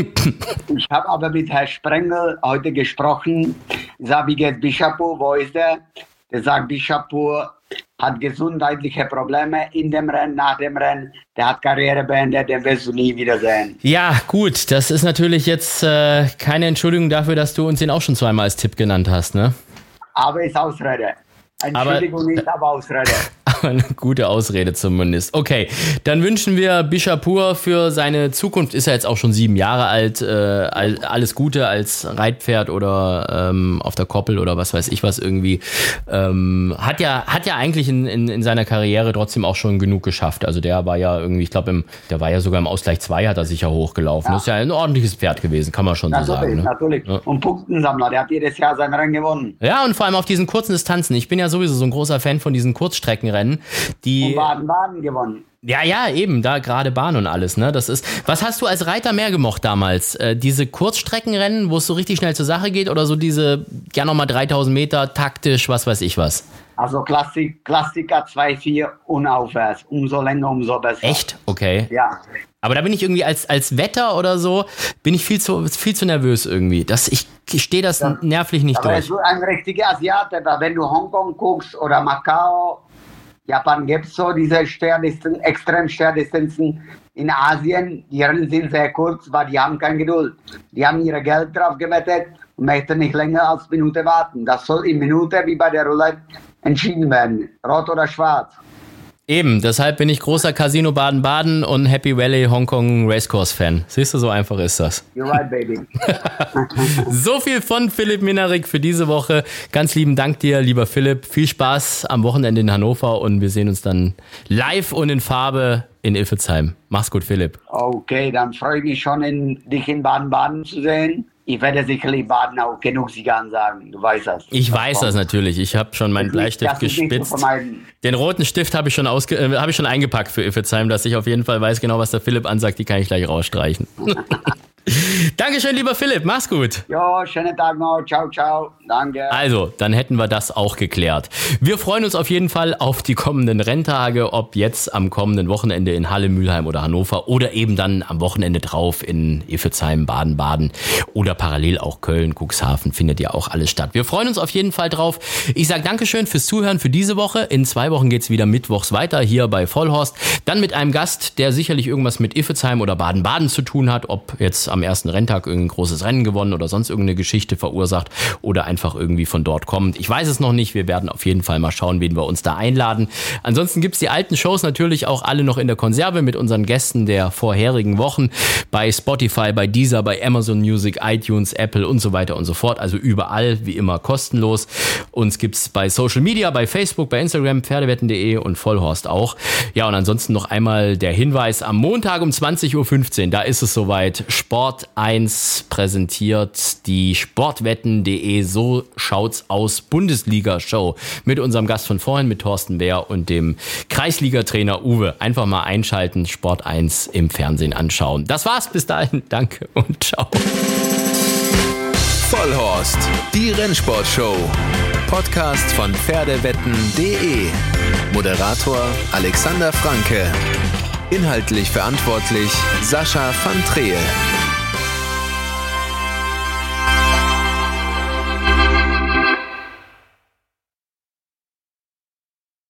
Ich habe aber mit Herrn Sprengel heute gesprochen. Ich sage, wie geht Bishapur? Wo ist der? Der sagt, Bishapur hat gesundheitliche Probleme in dem Rennen, nach dem Rennen. Der hat Karriere beendet, den wirst du nie wiedersehen. Ja, gut, das ist natürlich jetzt äh, keine Entschuldigung dafür, dass du uns den auch schon zweimal als Tipp genannt hast, ne? Aber ist Ausrede. Entschuldigung, Aber- nicht, aber Ausrede. Aber eine gute Ausrede zumindest. Okay, dann wünschen wir Bishapur für seine Zukunft, ist er jetzt auch schon sieben Jahre alt, äh, all, alles Gute als Reitpferd oder ähm, auf der Koppel oder was weiß ich was irgendwie. Ähm, hat ja hat ja eigentlich in, in, in seiner Karriere trotzdem auch schon genug geschafft. Also der war ja irgendwie, ich glaube, der war ja sogar im Ausgleich zwei, hat er sicher hochgelaufen. Ja. Das ist ja ein ordentliches Pferd gewesen, kann man schon so Natürlich, sagen. Ne? natürlich. Ja. Und Punktensammler, der hat jedes Jahr sein Rennen gewonnen. Ja, und vor allem auf diesen kurzen Distanzen. Ich bin ja sowieso so ein großer Fan von diesen Kurzstreckenrennen, die Und Baden-Baden gewonnen. ja, ja, eben, da gerade Bahn und alles, ne? Das ist. Was hast du als Reiter mehr gemocht damals? Äh, diese Kurzstreckenrennen, wo es so richtig schnell zur Sache geht, oder so diese, ja nochmal dreitausend Meter, taktisch, was weiß ich was? Also Klassik, Klassiker zwei vier und aufwärts. Umso länger, umso besser. Echt? Okay. Ja. Aber da bin ich irgendwie als, als Wetter oder so, bin ich viel zu, viel zu nervös irgendwie. Das, ich ich stehe das Ja. nervlich nicht Aber er durch. ist so ein richtiger Asiate, weil wenn du Hongkong guckst oder Macau, Japan gibt es so diese Sterndistanzen, extrem Sterndistanzen. In Asien, die Rennen sind sehr kurz, weil die haben keine Geduld. Die haben ihr Geld drauf gewettet und möchten nicht länger als eine Minute warten. Das soll in Minute wie bei der Roulette entschieden werden. Rot oder schwarz. Eben, deshalb bin ich großer Casino Baden-Baden und Happy Valley Hongkong Racecourse Fan. Siehst du, so einfach ist das. You're right, baby. So viel von Philipp Minarik für diese Woche. Ganz lieben Dank dir, lieber Philipp. Viel Spaß am Wochenende in Hannover und wir sehen uns dann live und in Farbe in Iffezheim. Mach's gut, Philipp. Okay, dann freue ich mich schon, in, dich in Baden-Baden zu sehen. Ich werde sicherlich Baden auch genug Sieger ansagen. Du weißt das. Ich weiß das natürlich. Ich habe schon meinen Bleistift Das ist nicht zu gespitzt. vermeiden. Den roten Stift habe ich schon ausge äh, habe ich schon eingepackt für Iffezheim, dass ich auf jeden Fall weiß genau, was der Philipp ansagt. Die kann ich gleich rausstreichen. Dankeschön, lieber Philipp. Mach's gut. Jo, schönen Tag noch. Ciao, ciao. Danke. Also, dann hätten wir das auch geklärt. Wir freuen uns auf jeden Fall auf die kommenden Renntage, ob jetzt am kommenden Wochenende in Halle, Mülheim oder Hannover oder eben dann am Wochenende drauf in Iffezheim, Baden-Baden oder parallel auch Köln, Cuxhaven, findet ja auch alles statt. Wir freuen uns auf jeden Fall drauf. Ich sage Dankeschön fürs Zuhören für diese Woche. In zwei Wochen geht's wieder mittwochs weiter hier bei Vollhorst. Dann mit einem Gast, der sicherlich irgendwas mit Iffezheim oder Baden-Baden zu tun hat, ob jetzt am ersten Renntag irgendein großes Rennen gewonnen oder sonst irgendeine Geschichte verursacht oder einfach irgendwie von dort kommt. Ich weiß es noch nicht. Wir werden auf jeden Fall mal schauen, wen wir uns da einladen. Ansonsten gibt's die alten Shows natürlich auch alle noch in der Konserve mit unseren Gästen der vorherigen Wochen bei Spotify, bei Deezer, bei Amazon Music, iTunes, Apple und so weiter und so fort. Also überall, wie immer, kostenlos. Uns gibt's bei Social Media, bei Facebook, bei Instagram, pferdewetten punkt de und Vollhorst auch. Ja, und ansonsten noch einmal der Hinweis, am Montag um zwanzig Uhr fünfzehn, da ist es soweit, Sport eins präsentiert die sportwetten punkt de, so schaut's aus, Bundesliga-Show mit unserem Gast von vorhin, mit Thorsten Bär und dem Kreisliga-Trainer Uwe. Einfach mal einschalten, Sport eins im Fernsehen anschauen. Das war's, bis dahin, danke und ciao. Vollhorst, die Rennsportshow. Podcast von pferdewetten punkt de. Moderator Alexander Franke. Inhaltlich verantwortlich Sascha van Treel.